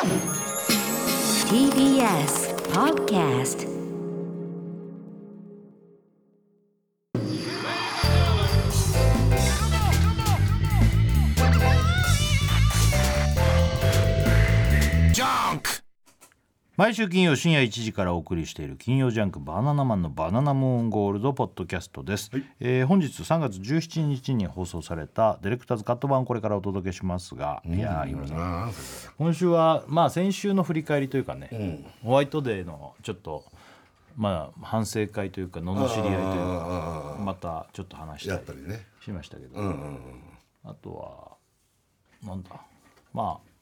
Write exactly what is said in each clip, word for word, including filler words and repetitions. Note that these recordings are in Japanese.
ティービーエス Podcast。 毎週金曜深夜いちじからお送りしている金曜ジャンクバナナマンのバナナムーンゴールドポッドキャストです、はい。えー、本日さんがつじゅうしちにちに放送されたディレクターズカット版をこれからお届けしますが、いやー、さん今週はまあ先週の振り返りというかね、うん、ホワイトデーのちょっとまあ反省会というか罵り合いというかまたちょっと話したりしましたけど、うんうんうん、あとはなんだまあ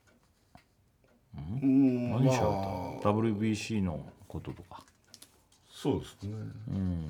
うん、何しゃべった ダブリュービーシー のこととか。 そうですね、うん、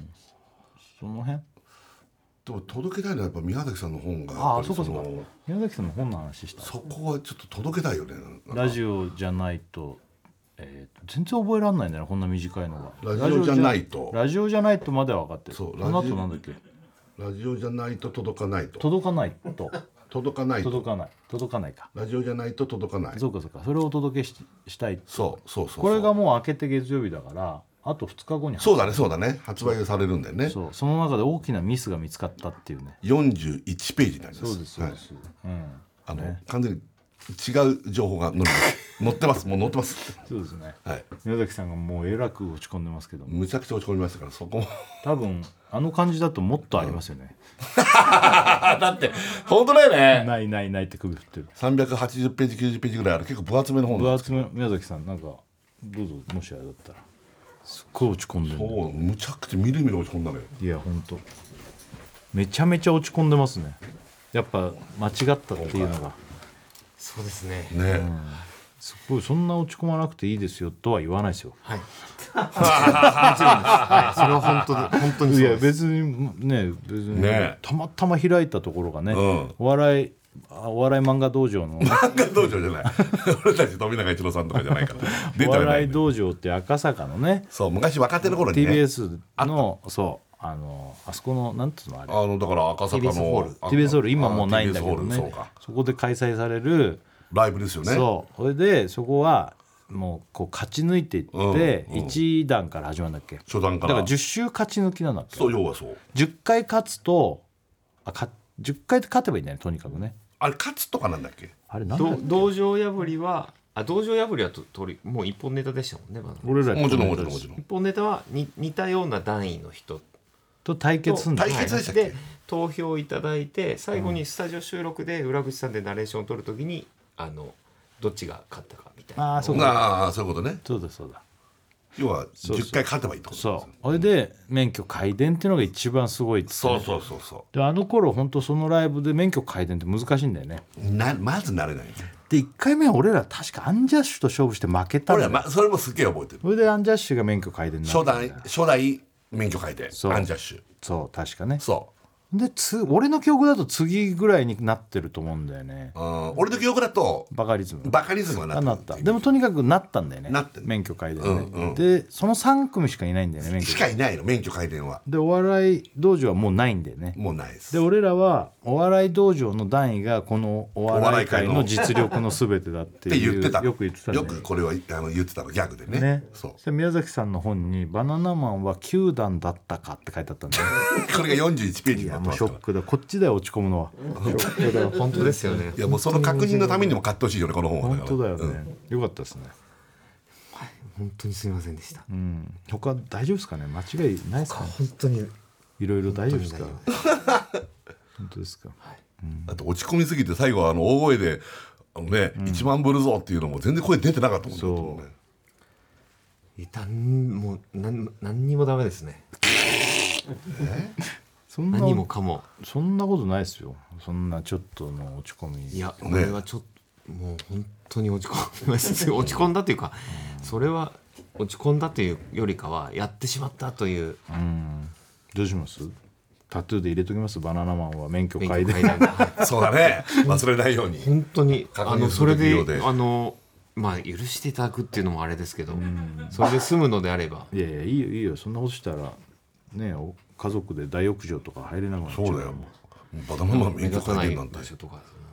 その辺でも届けたいのはやっぱ宮崎さんの本がああそうかそうか宮崎さんの本の話したそこはちょっと届けたいよね。 ラジオじゃないと、えー、全然覚えられないんだよねこんな短いのが。 ラジオじゃないとラジオじゃないとまでは分かってる。 そうその後なんだっけラジオじゃないと届かないと届かないと届かないと届かない届かないかラジオじゃないと届かない。 そうかそうかそれをお届け し, したいそうそうそうそう。 これがもう明けて月曜日だからあとふつかごにそうだねそうだね発売されるんだよね。 そうその中で大きなミスが見つかったっていうねよんじゅういちページになります。 そうですそうです、はい、うん、 あの、ね、完全に違う情報が載る載ってますもう載ってます。 そうですね、 はい、 宮崎さんがもうえらく落ち込んでますけどむちゃくちゃ落ち込みましたからそこも多分あの感じだともっとありますよね、 うん、だって本当だよね。 ないないないって首振ってる。 さんびゃくはちじゅうページきゅうじゅうページぐらいある結構分厚めの本なんですけど。 分厚め。宮崎さんなんかどうぞもしあれだったらすっごい落ち込んでる。 そうむちゃくちゃみるみる落ち込んだのよ。 いや本当めちゃめちゃ落ち込んでますね。やっぱ間違ったっていうのがそうですね。 ね、うん、 すごいそんな落ち込まなくていいですよとは言わないですよ。 はい。もちろんです。はい。それは本当で本当にそうです。 いや別にね別にねたまたま開いたところがね、うん、お笑いお笑い漫画道場の漫画道場じゃない俺たち富永一郎さんとかじゃないからお笑い道場って赤坂のねそう昔若手の頃にねティービーエス のそうあのあそこのなんていうのあれあのだから赤坂のティービーエス ホール ティービーエス ホール今もうないんだけどね そ, そこで開催されるライブですよね。 そうそれでそこはもうこう勝ち抜いていって、うんうん、いちだんから始まるんだっけ初段からだからじゅっ週勝ち抜きなんだっけ。 そう要はそうじゅっかい勝つとあかじゅっかいで勝てばいいんだよねとにかくね。 あれ勝つとかなんだっけあれなんだっけ道場破りはあ道場破りはととりもう一本ネタでしたもんね、まだ俺らもちろんもちろんもちろん一本ネタはに似たような段位の人と対決するんだ。 対決でしたっけ。 で投票いただいて最後にスタジオ収録で裏口さんでナレーションを取るときにあのどっちが勝ったかみたいな。 あそうあそういうことね。 そうだそうだ要はじゅっかい勝てばいいってことですよ。 そうそれで免許皆伝っていうのが一番すごいって、ね、 そうそうそうそうであの頃本当そのライブで免許皆伝って難しいんだよね。 なまず慣れないね。 でいっかいめは俺ら確かアンジャッシュと勝負して負けたんだよ。 俺ら、ま、それもすっげえ覚えてる。 それでアンジャッシュが免許皆伝になった初代初代免許皆伝アンジャッシュそう確かね。 そうでつ俺の記憶だと次ぐらいになってると思うんだよね。 あ俺の記憶だとバカリズムバカリズムがなったでもとにかくなったんだよね。 なって免許皆伝ね、 うんうん、 でそのさん組しかいないんだよね免許しかいないの免許皆伝は。 でお笑い道場はもうないんだよね。 もうないです。 で俺らはお笑い道場の段位がこのお笑い界の実力の全てだっていうって言ってたよく言ってたね。 よくこれはあの言ってたのギャグでね。 ねそう宮崎さんの本にバナナマンはきゅうだんだったかって書いてあったんだよこれがよんじゅういちページになってますから。 ショックだこっちだよ落ち込むのは本当ですよね。 いやもうその確認のためにも買ってほしいよねこの本は。 本当だよね、うん、よかったですね。 はい本当にすみませんでした、 うん、他大丈夫ですかね間違いないですかね。 本当にいろいろ大丈夫ですか本当ですか、はいうん、あと落ち込みすぎて最後はあの大声であの、ねうん、いちまんブルぞっていうのも全然声出てなかったもんね。 そういたもう何何にもダメですねえそんな何もかもそんなことないですよ。そんなちょっとの落ち込み。 いやこれはちょっと、ね、もう本当に落ち込みました落ち込んだというか、うん、それは落ち込んだというよりかはやってしまったという、 うん、どうしますタトゥーで入れときますバナナマンは免許皆伝そうだね忘れないように本当にあのそれであのまあ許していただくっていうのもあれですけど、うん、それで済むのであればいやいやいいよいいよそんなことしたらね家族で大浴場とか入れなくなっちゃう。 そうだよバナナマン免許皆伝なんてとか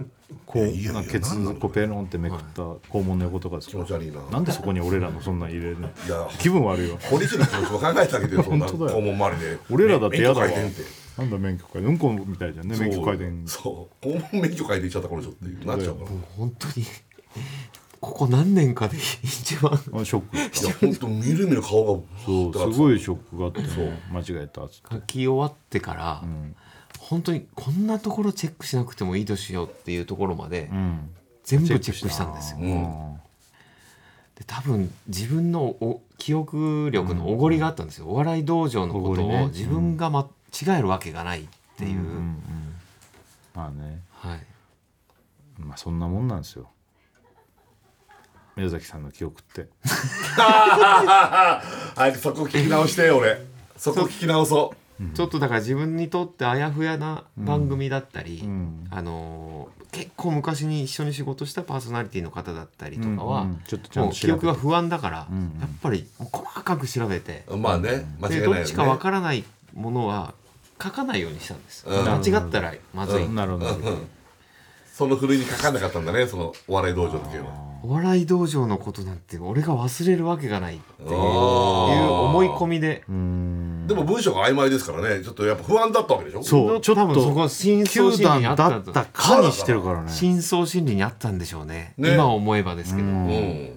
こういやいやいやなんかケツなんなのこうペロンってめくった肛門の横とかですか。 気持ち悪いな。 なんでそこに俺らのそんなん入れるの。 いや気分悪いわ。 堀市の気持ちも考えてあげてよ、そんな本当だよ肛門周りで。 俺らだって嫌だわ免許改伝ってなんだ免許改伝うんこみたいじゃんね。免許改伝そうそう肛門免許改伝しちゃったこれちょっとなっちゃうから。い本当にここ何年かで一番あショックしたや本当みるみる顔がそうすごいショックがあって間違えたっつって書き終わってから、 ん本当にこんなところチェックしなくてもいいですよっていうところまでうん全部チェックしたんですよ。 うんで多分自分のお記憶力のおごりがあったんですよ。お笑い道場のことおごりねを自分が間違えるわけがないっていう、 うんうんうんまあねはい、 まあそんなもんなんですよ宮崎さんの記憶ってはいそこ聞き直して俺そこ聞き直そちょっとだから自分にとってあやふやな番組だったり、 んあのー結構昔に一緒に仕事したパーソナリティの方だったりとかは、 うんうんちょっとちゃんもう記と調べて憶が不安だから、 んうんやっぱりもう細かく調べて、 うまあね間違いないよねでどっちかわからないものは書かないようにしたんです、 うん間違ったらまずい、 なるほどなるほどそのふるいにかかんなかったんだねそのお笑い道場の時はお笑い道場のことなんて俺が忘れるわけがないっていうあー思い込みで、 うーんでも文章が曖昧ですからねちょっとやっぱ不安だったわけでしょそうちょっ多分そこと深層球心理にあ団っただったかにしてるからね深層心理にあったんでしょうね、 ね今思えばですけど、 うんなんうん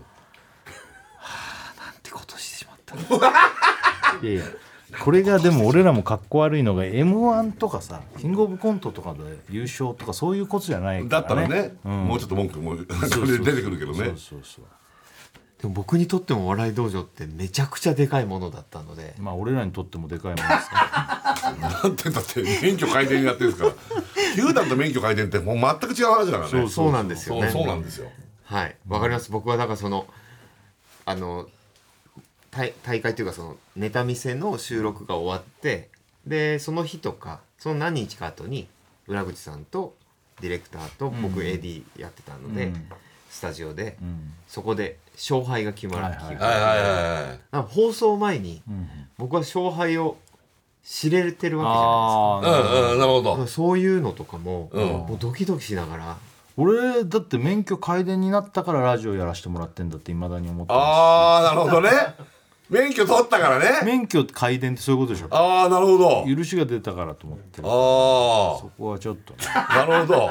てことしてしまったいやいやこれがでも俺らもかっこ悪いのが エムワン とかさキングオブコントとかで優勝とかそういうことじゃないだからねったらね、 うんもうちょっと文句も出てそうそうくるけどねそうそうそうでも僕にとってもお笑い道場ってめちゃくちゃでかいものだったので、 まあ俺らにとってもでかいもんですからなんてだって免許改善にやってるんですから球団と免許改善ってもう全く違う話だからねそうそうなんですよね。 そうそうなんですよはい、わかります。僕はだからそのあの大大会というかそのネタ見せの収録が終わってでその日とかその何日か後に浦口さんとディレクターと僕 エーディー やってたので、 うんスタジオで、 うんそこで勝敗が決まる日が、 はいはいはいはいはいだから放送前にうん僕は勝敗を知れてるわけじゃないですか。 ああうんうんなるほだからどそういうのとかも、 うんもうドキドキしながら俺だって免許改伝になったからラジオやらせてもらってんだっていまだに思ってまああなるほどね免許取ったからすね免許改伝ってそういうことでしょああなるほど許しが出たからと思ってるあそこはちょっとねあなるほど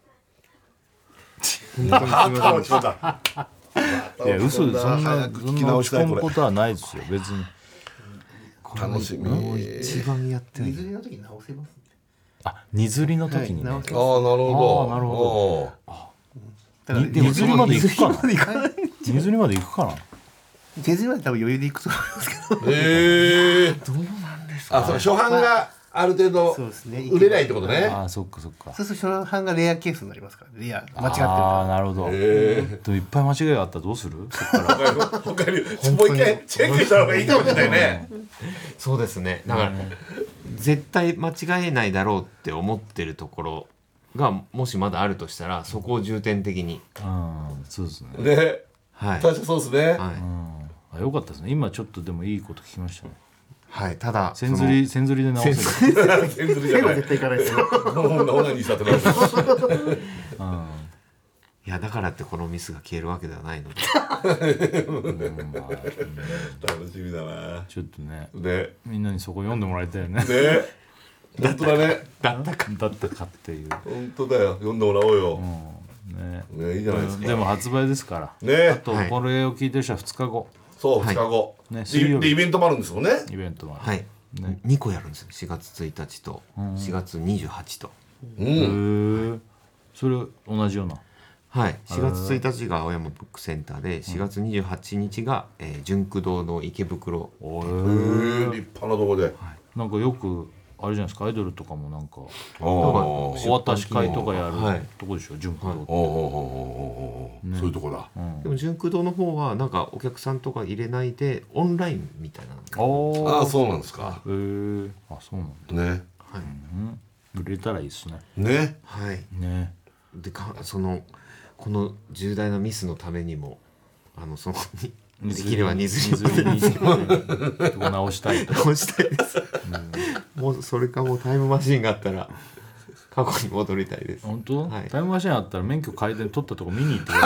あった落ち込んだいや嘘でそんな早く聞きそんな落ち込む直したいこれことはないですよ別に楽しみもう一番やってない水着の時に直せますんであ荷釣りの時にね、 はい直せああなるほどあーなるほどに荷釣りまで行くかな水着まで行かない荷釣りまで行くかな手釣りまで多分余裕で行くと思いますけどええどうなんですかあそう初版がある程度そうですね売れないってことねああそっかそっかそうすると初版がレアケースになりますからレア間違ってるああかなるほど、 えでもいっぱい間違いがあったらどうするそっからえ他にもう一回チェックした方がいいかもしれないねそうですねだから、絶対間違えないだろうって思ってるところがもしまだあるとしたらそこを重点的に、 うんそうですね、 ねはい確かそうですねはいうんあよかったですね今ちょっとでもいいこと聞きましたねはい、ただ千釣り千釣りで直せる全然じゃないら絶対行かないですよオナニーしたってなるうんいやだからってこのミスが消えるわけではないのでうんまあ楽しみだなちょっとねねみんなにそこ読んでもらいたいよねね本当だねだったかだったかっていう、 本当だよ読んでもらおうようんねねいいじゃないですかでも発売ですからあねとはいこれを聞いてる人はふつかごそうはいふつかごね水曜日ででイベントもあるんですもんねイベントがはい、 ねにこやるんですよしがつついたちとしがつにじゅうはちと、 うへんえそれ同じようなはい、しがつついたちが青山ブックセンターでしがつにじゅうはちにちが、えー、純駆堂の池袋おへえー立派なとこでなんかよくあれじゃないですかアイドルとかもなんかああお渡し会とかやるはいとこでしょ純駆堂っておうおうおうおうおうそういうとこだうんでも純駆堂の方はなんかお客さんとか入れないでオンラインみたいなおああそうなんですかへえあそうなんだねはい、 売れたらいいっすねねはい、 ねでかそのこの重大なミスのためにもあのそのにできれば荷水造りに水に直したいと直したいです、もうそれかもうタイムマシンがあったら過去に戻りたいです。 本当、 はいタイムマシンあったら免許改善取ったとこ見に行ってく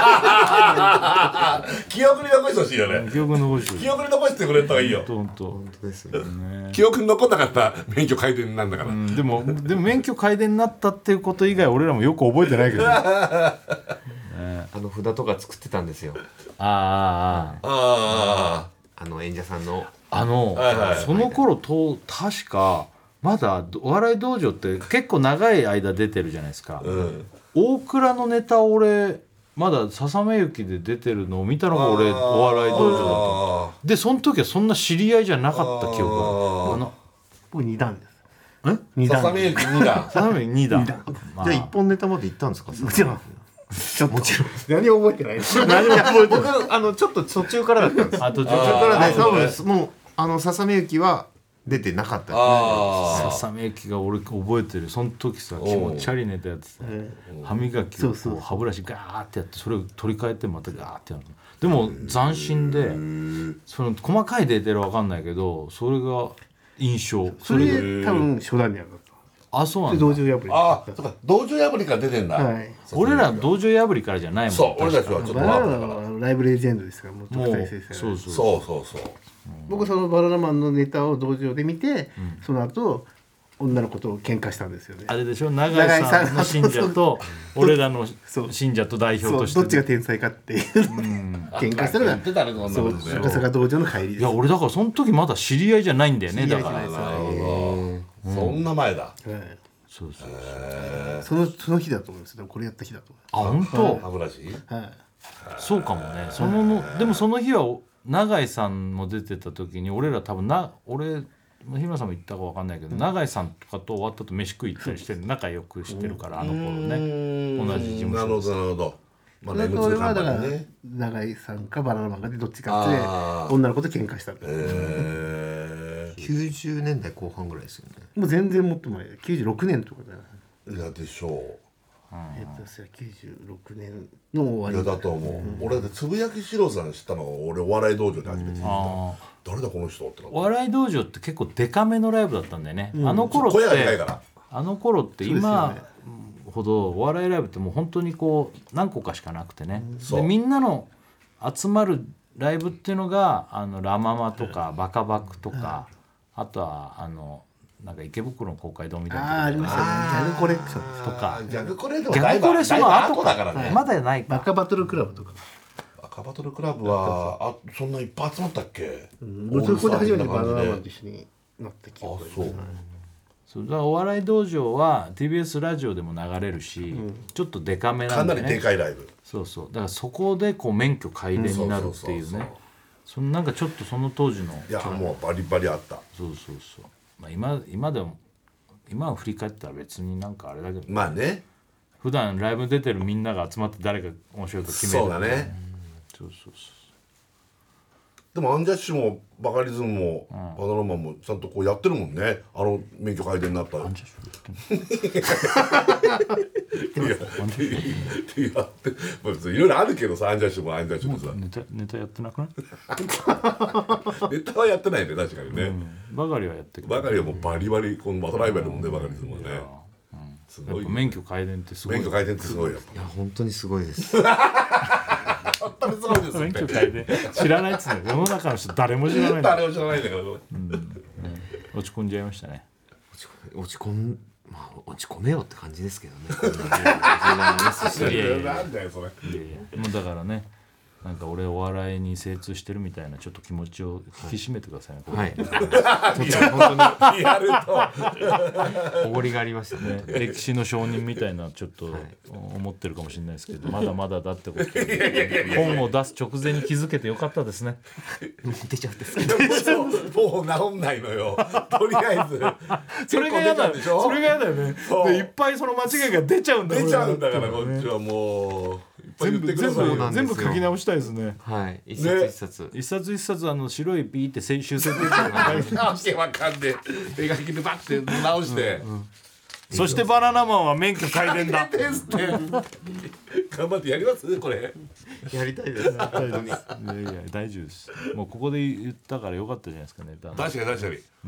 記憶に残してほしいよれね。 記憶残して記憶に残してくれた方がいいよ。 本当本本当ですよね。 当ね記憶に残んなかった免許改善なんだから、 うんでもでも免許改善になったっていうこと以外俺らもよく覚えてないけどねああの札とか作ってたんですよ。 あああああの演者さんの。 あの、 はいはいその頃と確かまだお笑い道場って結構長い間出てるじゃないですか、 あ、うん、 大倉のネタ俺まだささめゆきで出てるのを見たのが俺お笑い道場だったあでその時はそんな知り合いじゃなかった記憶があるあの僕に段ですえに段ささめゆきにだ。 ささめゆきに段まあじゃあ一本ネタまで行ったんですか。 もちろんちょっと何も覚えてないです何も覚えてない。僕あのちょっと途中からだったんです。 あと途途中中からで多あそうね分もうあのささめゆきは出てなかったです。 あささめゆきが俺覚えてるその時さ気持ち悪いネタやってさ歯磨きをそうそうこう歯ブラシガーってやってそれを取り替えてまたガーってやるのでも斬新でその細かいデータは分かんないけどそれが印象それがで多分初段にあるんだあそうなでんだ道場破りあ、そうか、道場破りから出てんだ。 はい俺ら道場破りからじゃないもんそう、俺たち確かはちょっとバナナワープだから。 はライブレジェンドですからもうもう特待生成そうそうそうそうそう。 僕そのバナナマンのネタを道場で見て、その後女の子と喧嘩したんですよねあれでしょ永井さんの信者と俺らのそう信者と代表そうとしてどっちが天才かっていう喧嘩したのがやってたね、そんなそうことね。 赤坂道場の帰りですいや俺だからその時まだ知り合いじゃないんだよねだから知り合いじゃなるほど。そんな前だ。 はいそうそうそのその日だと思いますよこれやった日だと思いあ本当歯ブラシ。 ますはいそうかもねそののでもその日はお永井さんも出てた時に俺ら多分な俺日村さんも言ったか分かんないけど、永井さんとかと終わったと飯食い行ったりしてる仲良くしてるからあの頃ね同じ事務なる所ほどなるほど。まあそれレムズカンと俺はだからパニーね。 永井さんかバナナマンかでどっちかってあー女の子と喧嘩したんでえきゅうじゅうねんだいこう半ぐらいですよね。 もう全然もっと前きゅうじゅうろくねんとかだよえ、いやでしょえっとそれはきゅうじゅうろくねんの終う。 わりいやだと思う。俺だってつぶやきしろさん知ったのが俺お笑い道場で初めて知った。 あ誰だこの人ってなっお笑い道場って結構デカめのライブだったんだよね、あのた。 頃っ声がでかいてから。 あの頃ってそうですよ今ねほどお笑いライブってもう本当にこう何個かしかなくてね、 そうでみんなの集まるライブっていうのがあのラ・ママとかバカバクとか、あとはあのなんか池袋の公会堂みたいああありなとこましたねギャグコレクションですとかあーギャグコレでも逆だいぶこれそのだいぶ後後だからね。 まだないかバカバトルクラブとか赤バトルクラブはあそんないっぱい集まったっけ？ 僕そこで初めてバナナマンと一緒になった記あ憶がそう。 そうだからお笑い道場は ティービーエス ラジオでも流れるし、ちょっとデカめなかなりんでねでかいライブ。 そうそうだからそこでこう免許改伝になるっていうそうそうそうねそのなんかちょっとその当時のいやもうバリバリあった。 そうそうそう、まあ、今今でも今を振り返ったら別になんかあれだけど、 まあね。 普段ライブ出てるみんなが集まって誰が面白いか決めるそうだね。 そうそうそでもアンジャッシュもバカリズムもバナナマンもちゃんとこうやってるもんね。あの免許改伝になった。 うアンジャッシュやってんのいやいやってまあ別にいろいろあるけどさアンジャッシュもアンジャッシュでさネタネタやってなくない、 ネタはやってないね確かにね。 うん、バカリはやってるバカリはもうバリバリこのバトライバルだもんねバカリズムはね。すごいよ。 やっぱ免許改伝ってすごい免許改伝ってすごいやっいや本当にすごいです。 ぱ。本当にすごいです免って。 許改伝知らないっつうの世の中の人誰も知らないんだ誰も知らないんだから。 落ち込んじゃいましたね落ち込落ち込んまあ落ち込めよって感じですけどね。こんなね重大なミスしていやいやいやなんだよそれ。 いやいやもうだからねなんか俺お笑いに精通してるみたいなちょっと気持ちを引き締めてくださいね、これはい。ちょっと本リアルと。 当におごりがありましたね。 ね、歴史の証人みたいなちょっと思ってるかもしれないですけど、まだまだだってことで本を出す直前に気づけてよかったですね。 出ちゃうんですけど。 もう治んないのよ。とりあえず。 それが嫌だ結構出たんでしょそれが嫌だよねそうでいっぱいその間違いが出ちゃうんだ出ちゃうんだから俺こっちはもういっぱい言全部全ってくださいよ。 部全部書き直したいですね。 はい。一冊一冊。 一冊一冊あの白いピーって修正テープわけわかんねえ。手書きでバッて直して。 そしてバナナマンは免許改伝だ。 ですって。頑張ってやりますこれ。 やりたいです。本当に。 いやいや大丈夫です。もうここで言ったからよかったじゃないですかね。 確かに確かに。 うん、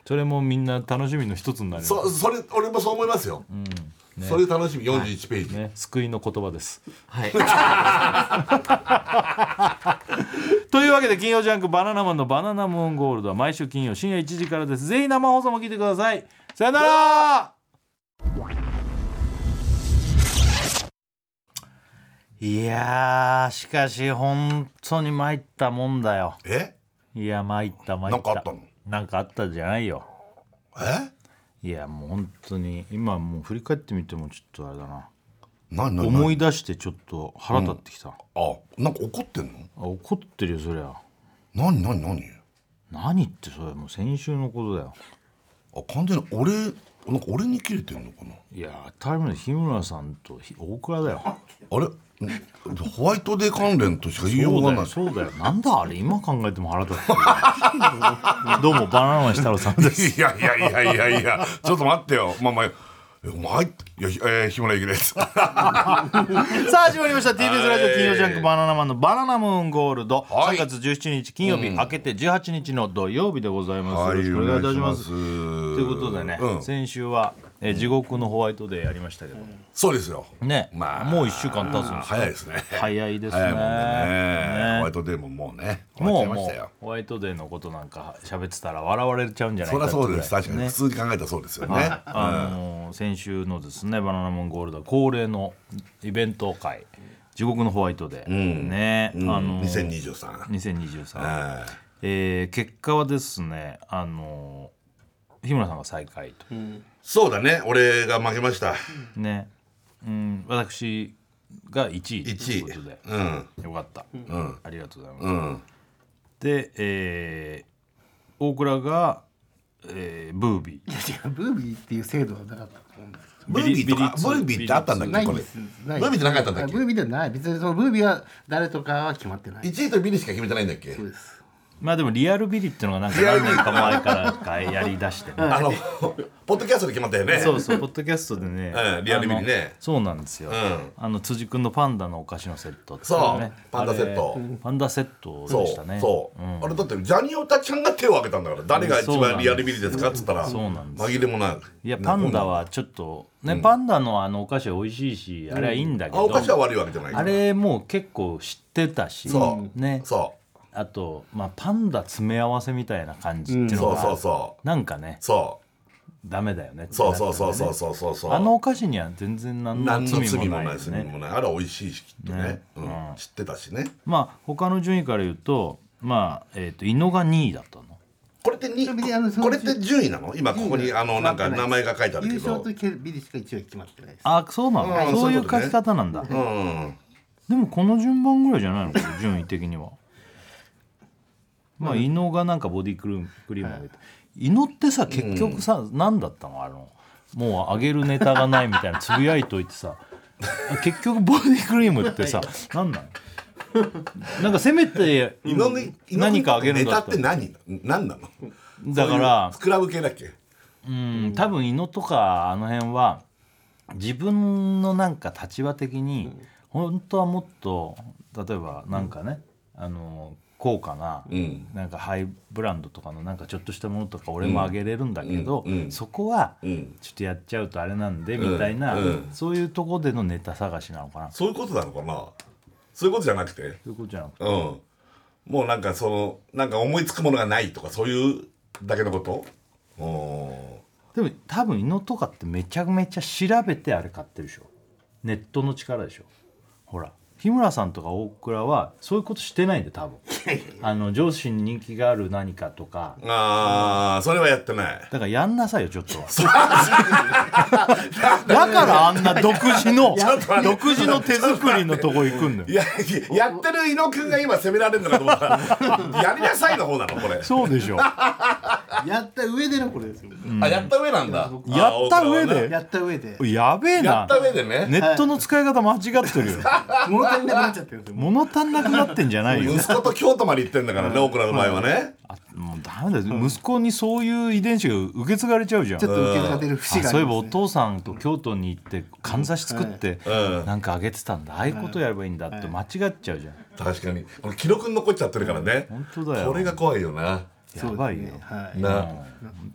それもみんな楽しみの一つになります。 そそれ俺もそう思いますよ、 うんね、 それ楽しみよんじゅういちページ、 ね、救いの言葉です。 はいというわけで金曜ジャンクバナナマンのバナナムーンゴールドは毎週金曜深夜いちじからです。ぜひ生放送も聞いてください。さよなら。いやーしかし本当に参ったもんだよ。 えいや参った参った。 なんかあったの？ なんかあったじゃないよ。 えいやもう本当に今もう振り返ってみてもちょっとあれだな、 なな思い出してちょっと腹立ってきた、 あなんか怒ってんの？ あ怒ってるよそりゃ。 何何何何ってそれもう先週のことだよ。 あ完全に俺なんか俺に切れてんのかな。 いや当たり前だ、日村さんとひ大倉だよ。 あれんホワイトデー関連としか言いようがない。 そうだよそうだよ。なんだあれ今考えても腹立ってるどうもバナナマン設楽さんです。 いやいやいやいやいやちょっと待ってよ。まあまあえお前いや、えー、日村ゆきですさあ始まりました ティービーエス ラジオ金曜ジャンクバナナマンのバナナムーンゴールド、 はい、 さんがつじゅうしちにち金曜日、うん、明けてじゅうはちにちの土曜日でございます、はい、よろしくお願いいたします。ということでね、うん、先週はえ地獄のホワイトデーやりましたけど、うん、 そうですよね、まあ、もういっしゅうかん経つんです。 早いですね。 早いですね。 早いもんでね、 ねホワイトデーももうね終もうわっちゃいましたよ。 もうホワイトデーのことなんか喋ってたら笑われちゃうんじゃないかって。 そりゃそうです。確かに、ね、普通に考えたらそうですよね、はい、 あのー、先週のですねバナナムーンゴールド恒例のイベント会地獄のホワイトデー、うん、ね、 うん、 あのー、 にせんにじゅうさん、 にせんにじゅうさん、えー、結果はですね、あのー、日村さんが最下位と、うん、 そうだね、俺が負けましたね、うん、私がいちいということで、 うん、 よかった、うん、ありがとうございます、 うん、 で、えー、大倉が、えー、ブービー。 いや違う、ブービーっていう制度はなかったと思うんです。 ブービーとかブービーってあったんだっけ。これブービーってなかったんだっけ。 ブービーではない。別にそのブービーは誰とかは決まってない。 いちいとビリしか決めてないんだっけ。 そうです。 まあでもリアルビリっていうのがなんか何年か前からかやりだして、ね、 あのポッドキャストで決まったよね。 そうそうポッドキャストでね、 うん、リアルビリね。 そうなんですよ、うん、あの辻君のパンダのお菓子のセットって、ね、 そうパンダセットパンダセットでしたね。 そうそう、うん、あれだってジャニオタちゃんが手を挙げたんだから、誰が一番リアルビリですかっつったらそうなんです。 紛れもない。 いやパンダはちょっとね、うん、パンダのあのお菓子は美味しいし、あれはいいんだけど、 うん、お菓子は悪いわけじゃないから、 あれもう結構知ってたし、 そうね、 そうあと、まあ、パンダ詰め合わせみたいな感じっていうのが、うん、そうそうそうなんかねそうダメだよね。 そうそうそうそうそうそうそう、 あのお菓子には全然何の罪もないですね。 もないあれは美味しいしきっとね、ね、うんうん、知ってたしね。 まあ他の順位から言うとまあえっ、ー、と伊野がにいだったの。 これってにこれって順位なの？今ここにあのなんか名前が書いてあるけど。 優勝とビリしか一応決まってないです。 あ、そうなの、うん、そういう書き方なんだ。 うん、 でもこの順番ぐらいじゃないのか順位的には。まあ伊野がなんかボディクリームクリームあげて、伊野ってさ結局さ、うん、何だったのあのもうあげるネタがないみたいなつぶやいといてさ結局ボディクリームってさ何なのなんかせめて何かあげるんだったらネタって何何なのだからクラブ系だっけ。 うん多分伊野とかあの辺は自分のなんか立場的に本当はもっと例えばなんかね、うん、あの高価な、うん、なんかハイブランドとかのなんかちょっとしたものとか俺もあげれるんだけど、うんうん、そこはちょっとやっちゃうとあれなんで、みたいな、うんうん、そういうとこでのネタ探しなのかな。 そういうことなのかな。そういうことじゃなくてそういうことじゃなくて、 うん、もうなんかそのなんか思いつくものがないとかそういうだけのこと。 でも多分伊野とかってめちゃめちゃ調べてあれ買ってるでしょ。ネットの力でしょ。ほら日村さんとか大倉はそういうことしてないんで多分あの上司に人気がある何かとかああそれはやってない。 だからやんなさいよちょっとだからあんな独自の独自の手作りのとこ行くんだよ。 いややってる伊野くんが今責められるのかと思ったらやりなさいの方なのこれ。 そうでしょやった上でのこれですよ、 うん、あやった上なんだ。 やった上でやった上でやべえな。 やった上でね。 ネットの使い方間違ってるよ物足んなくなっちゃってるんですよ。 物足んなくなってんじゃないよ息子と京都まで行ってんだからね、大倉の場合はね。 あもうダメだよ、うん、息子にそういう遺伝子が受け継がれちゃうじゃん。 ちょっと受け継がれる節がありますね。 そういえばお父さんと京都に行ってかんざし作って、はい、なんかあげてたんだ、ああいうことやればいいんだって間違っちゃうじゃん。 確かにこの記録に残っちゃってるからね、 うん、本当だよ。 これが怖いよな。 やばいよ、 はい、 な、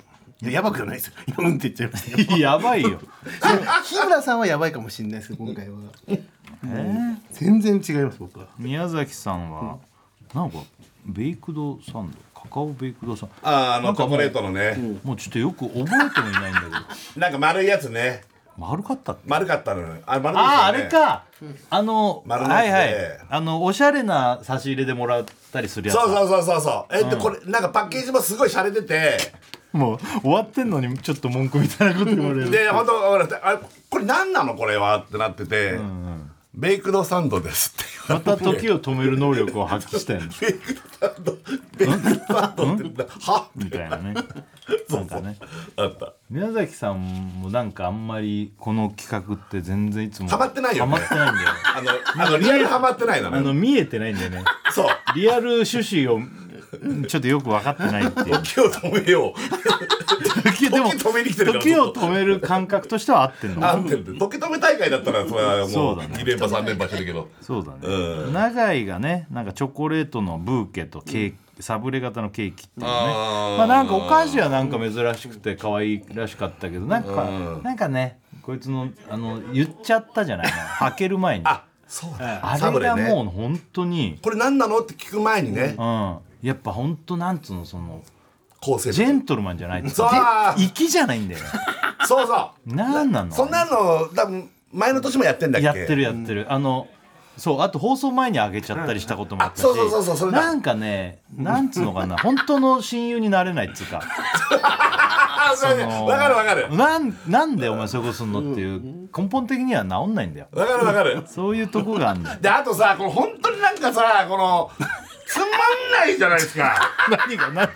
いややばくはないですよ今うんって言っちゃいましたよやばいよ。 日村さんはやばいかもしれないですけど今回はえー、 全然違います僕は。 宮崎さんは、なんかベイクドサンド、カカオベイクドサンド、 あーあなんかもうのチョコレートのね、 もうちょっとよく覚えてもいないんだけど、 なんか丸いやつね、 丸かったっけ？ 丸かったのよ。あ丸いああ、あですよね。 れか。あの、 丸のやつではいはい。あの、おしゃれな差し入れでもらったりするやつ。 そうそうそうそうそう。えっとこれなんかパッケージもすごい洒落てて、 もう終わってんのにちょっと文句みたいなこと言われる。 で本当ほらあこれ何なのこれはってなってて、ベイクドサンドですって言まわれて。 た時を止める能力を発揮したよね。 ベイクドサンド、ベイクドサンドって言ったはみたいなね。なんかね。 あった。 宮崎さんもなんかあんまりこの企画って全然いつもハマってないよねハマってないんだよ。 あのあのリアルハマってないのね。 あの見えてないんだよね。 そう。 リアル趣旨をちょっとよく分かってないっていう。 時を止めよう。 時でも時止めに来てるから時を止める感覚としては合ってんの。 あってる時止め大会だったらそれはもうそうだねに連覇さん連覇してるけど。 そうだね、 うん長井がねなんかチョコレートのブーケとケーキ、サブレ型のケーキっていうね、 あーまあなんかお菓子はなんか珍しくて可愛らしかったけどなんか、 うんなんかねこいつのあの言っちゃったじゃないの開ける前にああそうだ。サブれがレね。 もう本当に、 これ何なのって聞く前にね、 うんやっぱ本当なんつうのその構成ジェントルマンじゃないってそう粋じゃないんだよね。 そうそうなんなのそんなの多分前の年もやってんだっけ。 やってるやってる、あのそうあと放送前に上げちゃったりしたこともあったし、 あそうそうそうそうそれだなんかねなんつうのかな本当の親友になれないっつうかあそうねのわかるわかるなんなんでお前そういうことすんのっていう根本的には治んないんだよ。 わかるわかる。 そういうとこがあるんだよ。 であとさこの本当になんかさこのつまんないじゃないですか。 何が何がだ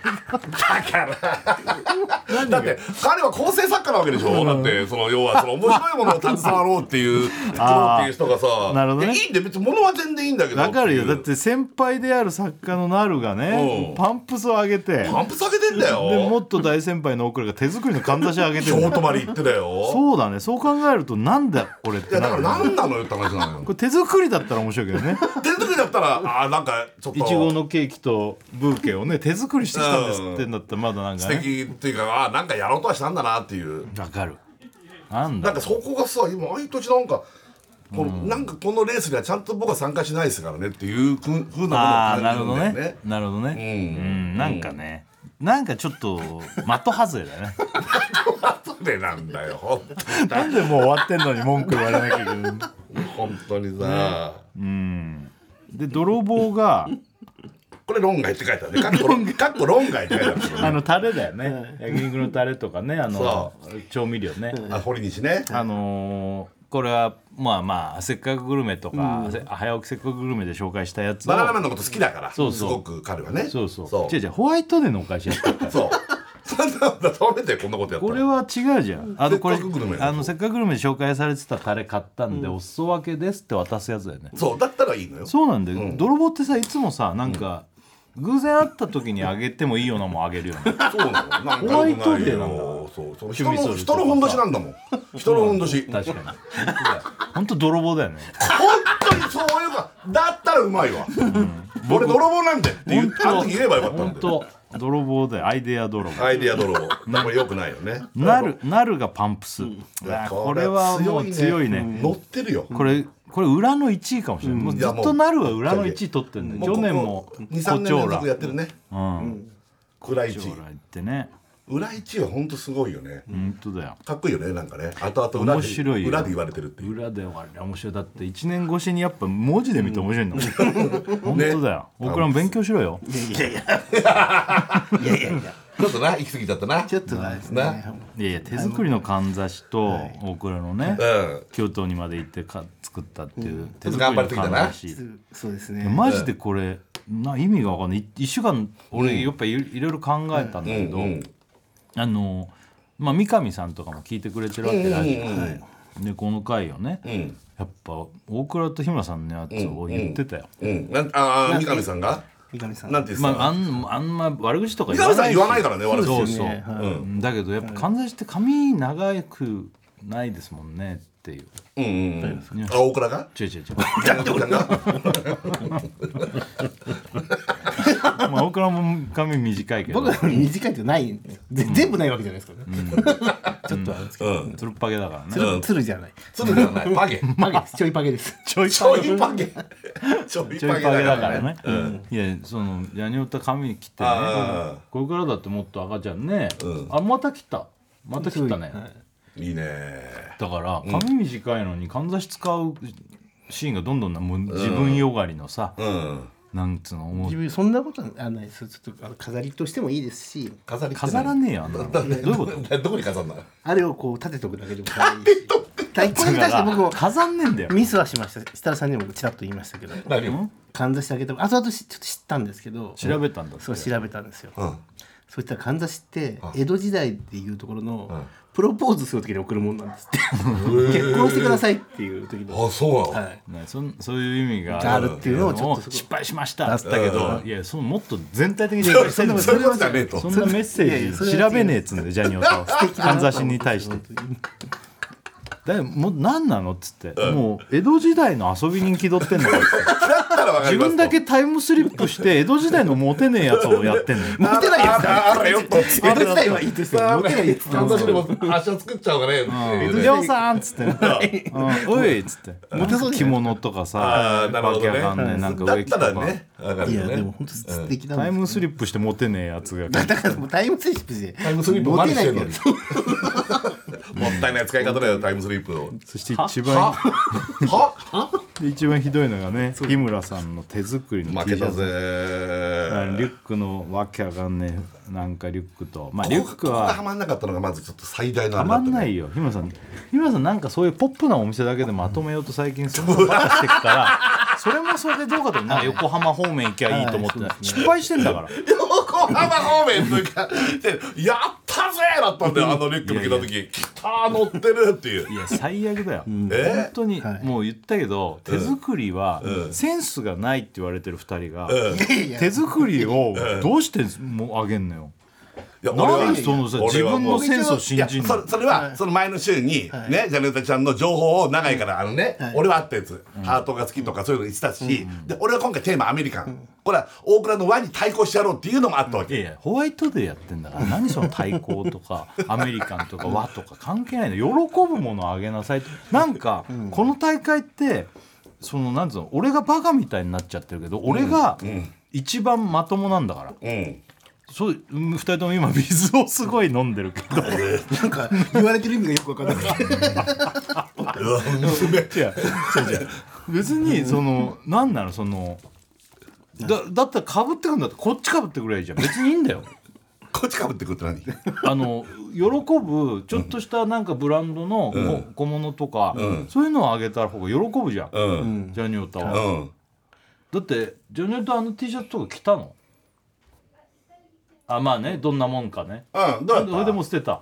からだって彼は構成作家なわけでしょ、だってその要はその面白いものを携わろうっていうプロっていう人がさなるほどねいやいいんで別に物は全然いいんだけどわかるよ。だっってて先輩である作家のなるがねうんパンプスを上げてパンプ下げてんだよ。 でもっと大先輩の奥らが手作りのかんざし上げてる京都まで行ってたよ。 そうだねそう考えるとなんだこれっいやだからてなる何なのよって話なのよ。 これ手作りだったら面白いけどね手作りだったらあーなんかちょっといちごのケーキとブーケをね手作りしてきたんですってんだったらまだなんか素ね敵っていうかあーなんかやろうとはしたんだなっていう。 わかるなんだなんかそこがさ今毎年なんかこの、なんかこのレースにはちゃんと僕は参加しないですからねっていうふうふうなああものを感じるんだよね。 なるほどねなるほどねうんうんなんかねなんかちょっと的外れだよね後でなんだよほんとなんでもう終わってんのに文句言われなきゃいけない本当にさ、 うんで泥棒がこれ論外って書いてあるね。かっこ論かっこ論外って書いてあるけどね。 あのタレだよね焼肉のタレとかねあの調味料ねあ堀西ね。 あのーこれはまあまあせっかくグルメとか、せ早起きせっかくグルメで紹介したやつをバナナマンのこと好きだからそうそうすごく彼はね。 そうそうそう違う違うホワイトデーのお返しやったからそうそんなのダメだよこんなことやったら。 これは違うじゃんあのこれせっかくグルメあのせっかくグルメで紹介されてたタレ買ったんで、お裾分けですって渡すやつだよね。 そうだったらいいのよ。 そうなんだよ、泥棒ってさいつもさなんか、偶然会った時にあげてもいいようなもんあげるよねそうなの。なんかホワイトデーなんだよそうそう人趣味それの人のふんどしなんだもん。人のふんどし。 確かに本当だよ本当泥棒だよね本当にそういうかだったらうまいわ。俺泥棒なんでって言った時言えばよかったんだよ。 本当泥棒だよアイデア泥棒アイディア泥棒。これ良くないよね。 なるなるがパンプス、うわこれはもう強いね乗ってるよ。 これこれ裏のいちいかもしれない、もうずっとなるは裏のいちい取ってんねもう去年もにさんねん連コチョウラ続やってるね。 うん裏一コチョウラ行ってね裏一は本当すごいよね。 本当だよかっこいいよねなんかね。後々裏で面白いよ裏で言われてるっていう。 裏であれ面白いだっていちねん越しにやっぱ文字で見て面白いんだもん、本当だよ僕らも勉強しろよいやいやいやいやいやいやちょっとな行き過ぎちゃったな。 ちょっとないですね。 いやいや手作りのかんざしと大倉のね、 うん。 京都にまで行ってか作ったっていう手作頑張りのってきたなかんざしそうですね。 マジでこれな意味が分かんないいっしゅうかん俺やっぱいいろいろ考えたんだけど、 うんうんあのまあ三上さんとかも聞いてくれてるわけラジオ、 うんうんうんはいでこの回をね、 うんやっぱ大倉と日村さんのやつを言ってたよ、 うん。なんああ三上さんが三上さん。 なんて言ってたまあ、あんあんま悪口とか三上さん言わないからね悪そう口。 そう、 ねはいうんだけどやっぱかんざしって髪長くないですもんねっていううんうんうん。あ大倉が？ 違う違う違うじゃあ大倉が？ ままあ大倉も髪短いけど僕は短いってないんですよ、ぜ全部ないわけじゃないですかね、ちょっとあるんですけど、 うんつるっぱげだからつねるつるじゃない、 つるではないパゲパゲです、ちょいパゲです。 ちょいちょいパゲちょいちょいパゲだからね、 うんいやそのジャニオタ髪切ってねあーこれからだってもっと赤ちゃんね、 うんあまた切ったまた切ったね、 はいいいねだから髪短いのにかんざし使うシーンがどんどんなもう自分よがりのさ、 うんなんつうのもう自分そんなことはないです。ちょっとあの飾りとしてもいいですし、 飾りって飾らねえよあんなのどういうことどこに飾んのあれをこう立てとくだけでも可愛いし。大根に対して僕も飾んねえんだよミスはしました。設楽さんにもちらっと言いましたけど、 何をかんざしあげた後々しちょっと知ったんですけど、 調べたんだってそう調べたんですよ。 うんそしたらかんざしって江戸時代っていうところのんプロポーズする時に贈るものなんですって。結婚してくださいっていう時の。 あそうなのはい。 ね、そんそういう意味ががあるっていうのをちょっとそこ失敗しましたっつったけど、いやそのもっと全体的にそしてんのそれはじゃねえとそんなメッセいやいやそれはージ調べねえっつんでジャニオタをかんざしに対してだからもう何なのっつって、もう江戸時代の遊び人気取ってんのかっつってだったらわかります自分だけタイムスリップして江戸時代のモテねえやつをやってんのよモテないやつだ。 あらよっと江戸時代はいいですよ。モテないやつかんざしでも足を作っちゃうかねっていうねりょうさんっつって「うんおい」っつってモテそうじゃない着物とかあさーなるほどねわけわかんねえなんかだった植木とからねわかるいやよねでも本当素敵なんタイですよ。 ムスリップしてモテねえやつがだからもうタイムスリップしてタイムスリップまでしてんのにモテないもったいない使い方だよタイムスリップをそして一番ははで一番ひどいのがね日村さんの手作りの負 T シャツけたぜあのリュックのわけわかんねえなんかリュックとまあリュックここがははまんなかったのがまずちょっと最大のたあれだったねまんないよ日村さん日村さんなんかそういうポップなお店だけでまとめようと最近そんなのばっかしてくからそれもそれでどうかとなんか横浜方面行きゃいいと思ってない失敗してんだから横浜方面というかでやったぜだったんだよあのリュック向けた時きたー乗ってるっていういや最悪だよ、 え本当に、 はいもう言ったけど手作りはうんセンスがないって言われてるふたりが、 うん手作りをどうしてもうあげんのよ、 いや俺は何そのさ俺はもう自分のセンスを信じんのいやそそれはその前の週にねジャネタちゃんの情報を長いからあのね俺はあったやつハートが好きとかそういうの言ってたしで俺は今回テーマアメリカンこれは大倉の輪に対抗してやろうっていうのもあったわけいやいやホワイトデーやってんだから何その対抗とかアメリカンとか和とか関係ないの喜ぶものをあげなさいとなんかこの大会ってそのなんつうの俺がバカみたいになっちゃってるけど俺が一番まともなんだからうんそうふたりとも今水をすごい飲んでるけどなんか言われてる意味がよくわかんない。 うわ娘違う違う違う別にその何なのそのだだったらかぶってくんだったらこっちかぶってくればいいじゃん別にいいんだよこっちかぶってくるって何あの喜ぶちょっとしたなんかブランドの小小物とか、 うんそういうのをあげた方が喜ぶじゃん、 うんジャニオタは、 うんだってジャニオタあの T シャツとか着たのあまあねどんなもんかねうんどうやったそれでも捨てた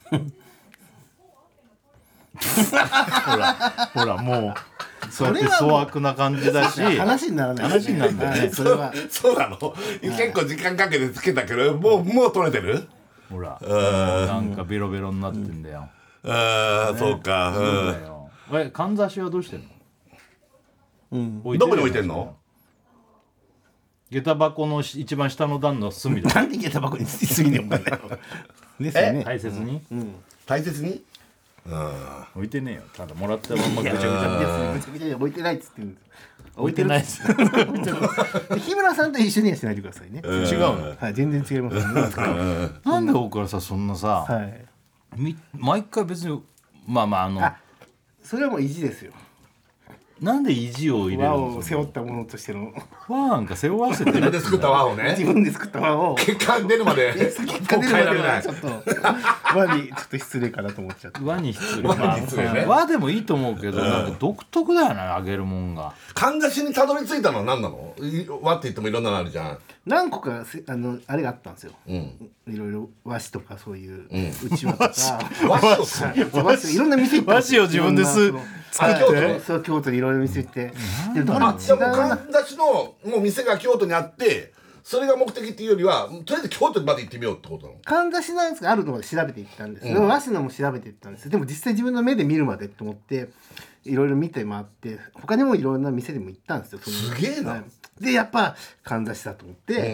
ほらほらもうそうやって粗悪な感じだし話にならない。 話にならないねはいそれはそうなの結構時間かけてつけたけどもうもう取れてるほらうんなんかベロベロになってんだよ、 ああそうかそううんだよえかんざしはどうしてんの、 うん置どこに置いてんの下駄箱の一番下の段の隅だなんで下駄箱につきすぎねんだよ。ですよね。 大切に大切にうん置いてねえよただもらったまんまぐちゃぐちゃいでやぐちゃぐちゃで置いてないっつって言うんです。 置いてないですで日村さんと一緒にはしないでくださいね。 違うのはい全然違いますね。 なんで大倉さそんなさ、 はい。 み毎回別にまあまああのあそれはもう意地ですよ。 なんで意地を入れる輪のを背負ったものとしての輪なんか背負わせて自ない分で作った輪を自ね分で作った輪を結果出るまで結果出るまで変えられなはいちょっと輪にちょっと失礼かなと思っちゃって。 輪に失礼輪に失礼ねまあ輪でもいいと思うけど、なんか独特だよねあげるもんがかんざしにたどり着いたのは何なのい輪って言ってもいろんなのあるじゃん何個かせあのあれがあったんですよ。 うんいろいろ和紙とかそういうんうちわとか。 和紙をする和紙いろんな店行ったんですよ。 和紙を自分ですいろんな作ってそのはいそう京都にいろいろ店行って。でどれもあじゃあもう違うな。 かんざしのもう店が京都にあってそれが目的っていうよりはとりあえず京都まで行ってみようってことなのかんざしのやつがあるのまで調べていったんですけど、和紙のも調べていったんですよ。でも実際自分の目で見るまでと思っていろいろ見て回って他にもいろんな店でも行ったんですよ。そのすげえなはいでやっぱかんざしだと思って、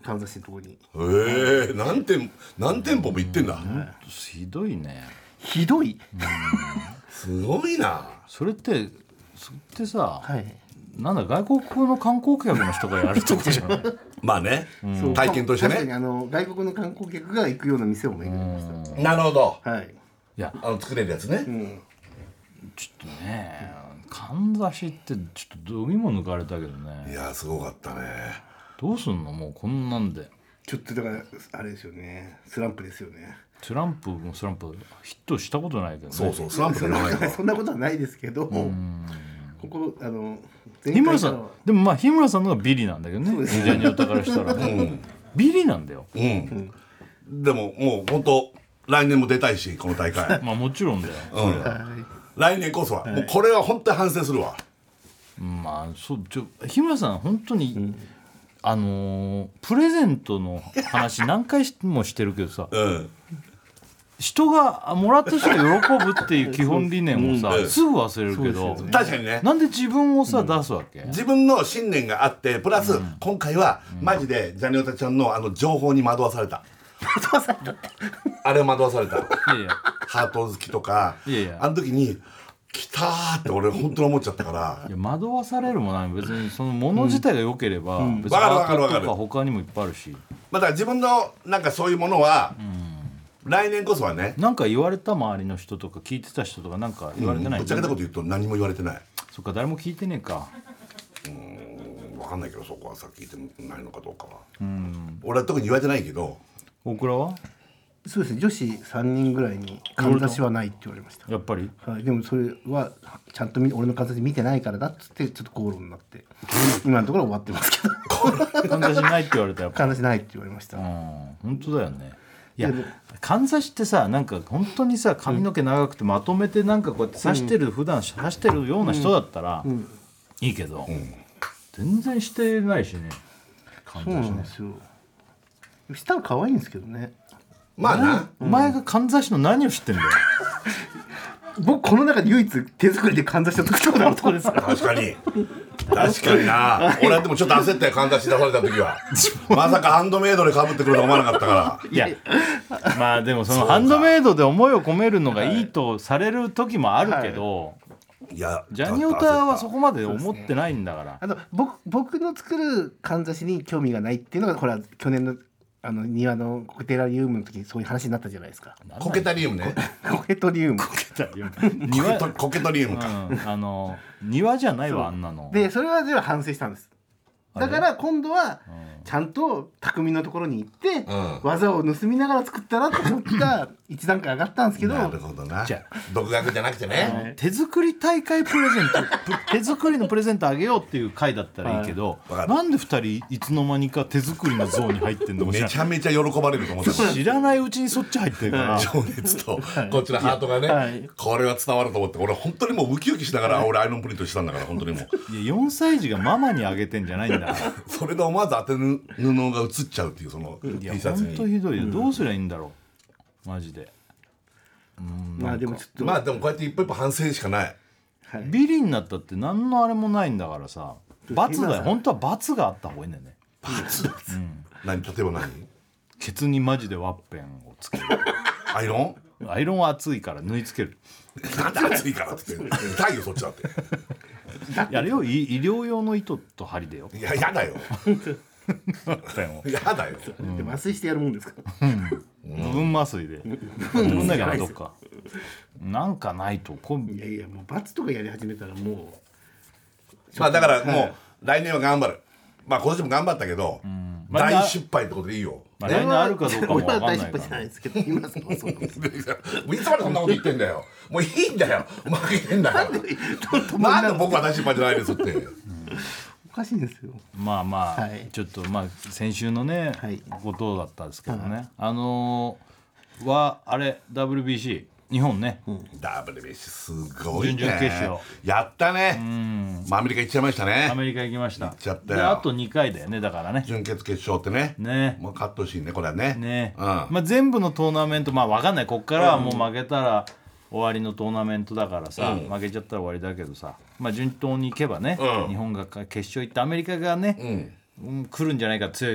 かんざしのところに。 えー、何店何店舗も行ってんだ、 ひどいね。 ひどい。 すごいな。 それってそれってさ、 はい。 なんだ外国の観光客の人がやるとこじゃないまあね、 そう体験として確かにね。 あの外国の観光客が行くような店を巡りました。 なるほど。 はい。 いやあの作れるやつね、 うん。 ちょっとねかんざしってちょっとどぎも抜かれたけどね。 いやすごかったね。 どうすんのもうこんなんで。 ちょっとだからあれですよね。スランプですよね。 スランプもスランプヒットしたことないけどね。 そうそうスランプそんじゃないかなそんなことはないですけど、ここあの日村さん前回からはでもまあ日村さんのがビリなんだけどね。ジャニオタからしたらね、ビリなんだよ。 うん、でももう本当来年も出たいしこの大会まあもちろんだよ。 うん来年こそは、もうこれは本当に反省するわ。 まあそうちょ日村さん本当に、あのープレゼントの話何回もしてるけどさ、 うん人があもらった人が喜ぶっていう基本理念をさ、 うんすぐ忘れるけど、 確かにね、 なんで自分をさ、出すわけ？ 自分の信念があってプラス、今回はマジでジャニオタちゃんのあの情報に惑わされたあれ惑わされたいやいやハート好きとかいやいやあの時に来たーって俺本当に思っちゃったからいや惑わされるもない別にそのもの自体が良ければ、別にわかるわハートとかるわかるか他にもいっぱいあるし、 まあだから自分のなんかそういうものは、来年こそはね、 なんか言われた周りの人とか聞いてた人とかなんか言われてない？ ぶっちゃけたこと言うと何も言われてない。 そっか誰も聞いてねえか。 分かんないけどそこはさ聞いてないのかどうかは、俺は特に言われてないけど、 大倉はそうですね。女子さんにんぐらいにかんざしはないって言われました。 やっぱりはい、でもそれはちゃんと見俺のかんざし見てないからだっつってちょっと口論になって今のところ終わってますけどかんざしないって言われたらやっぱかんざしないって言われました。 うん本当だよね。いやでもかんざしってさなんか本当にさ髪の毛長くてまとめてなんかこうやって刺してる、普段刺してるような人だったらいいけど、全然してないしねかんそうざしね。 なんですよ。したら可愛いんですけどね。 まあな、 お前がかんざしの何を知ってんだよ。 僕この中で唯一手作りでかんざしを作ったことあるところですから。 確かに確かにな俺はでもちょっと焦ったよ、かんざし出された時はまさかハンドメイドで被ってくると思わなかったかいやまあでもそのハンドメイドで思いを込めるのがいいとされる時もあるけど、 ら、いやジャニオタはそこまで思ってないんだから。 あの僕僕の作るかんざしに興味がないっていうのがこれは去年のあの庭のコケテラリウムの時にそういう話になったじゃないですか。 コケタリウムねコケトリウムコケ庭、 トコケトリウムか、 うん、あの庭じゃないわあんなの。 でそれはでは反省したんです。だから今度はちゃんと匠のところに行って、 うん技を盗みながら作ったらと思った一段階上がったんですけど、 なるほどな、 じゃ独学じゃなくてね、 手作り大会プレゼントプ手作りのプレゼントあげようっていう回だったらいいけど、 はいわかるなんでふたりいつの間にか手作りのゾーンに入ってんのか知らめちゃめちゃ喜ばれると思ったもん知らないうちにそっち入ってるから、 情熱とこっちのハートがね、 はいこれは伝わると思って俺本当にもうウキウキしながら俺アイロンプリントしたんだから本当にもういやよんさい児がママにあげてんじゃないんだから。 それで思わず当て布が映っちゃうっていうそのいや T シャほんツにとひどいよ、どうすりゃいいんだろうマジで。 まあでもちょっと、 まあでもこうやって一歩一歩反省しかない。 はい、 ビリになったって何のあれもないんだからさ、罰だよ。本当は罰があった方がいいんだよね。 何例えば何ケツにマジでワッペンをつける。 アイロンアイロンは熱いから縫い付ける。 なんで暑いからって言って痛いよそっちだってやれよ、医医療用の糸と針でよ。 いややだよワッペンをやだよで麻酔してやるもんですか。 部分麻酔で自分だけどどっかなんかないとこういやいやもう罰とかやり始めたらもまあだからもう来年は頑張る。まあ今年も頑張ったけどまあ大失敗ってことでいいよ。 まあ、来年あるかどうかも分かんない俺は大失敗じゃから。 ないですけど今のはそうです。 もういつまでそんなこと言ってんだよ。もういいんだよ負けてんだからなんで僕は大失敗じゃないですっておかしいんですよ。 まあまあ、 はいちょっとまあ先週のね、 はいことだったんですけどね、あのー、はあれ ダブリュービーシー 日本ね、 ダブリュービーシー すごいね準々決勝やったね、まあ、アメリカ行っちゃいましたね。 アメリカ行きました。 行っちゃったよであとにかいだよねだからね。 準決決勝ってねねもう勝ってほしいねこれはねね、 うんまあ、全部のトーナメントまあ分かんない、こっからはもう負けたら終わりのトーナメントだからさ、負けちゃったら終わりだけどさ、まあ、順当にいけばね、 うん日本が決勝行ってアメリカがね、うん来るんじゃないか強いから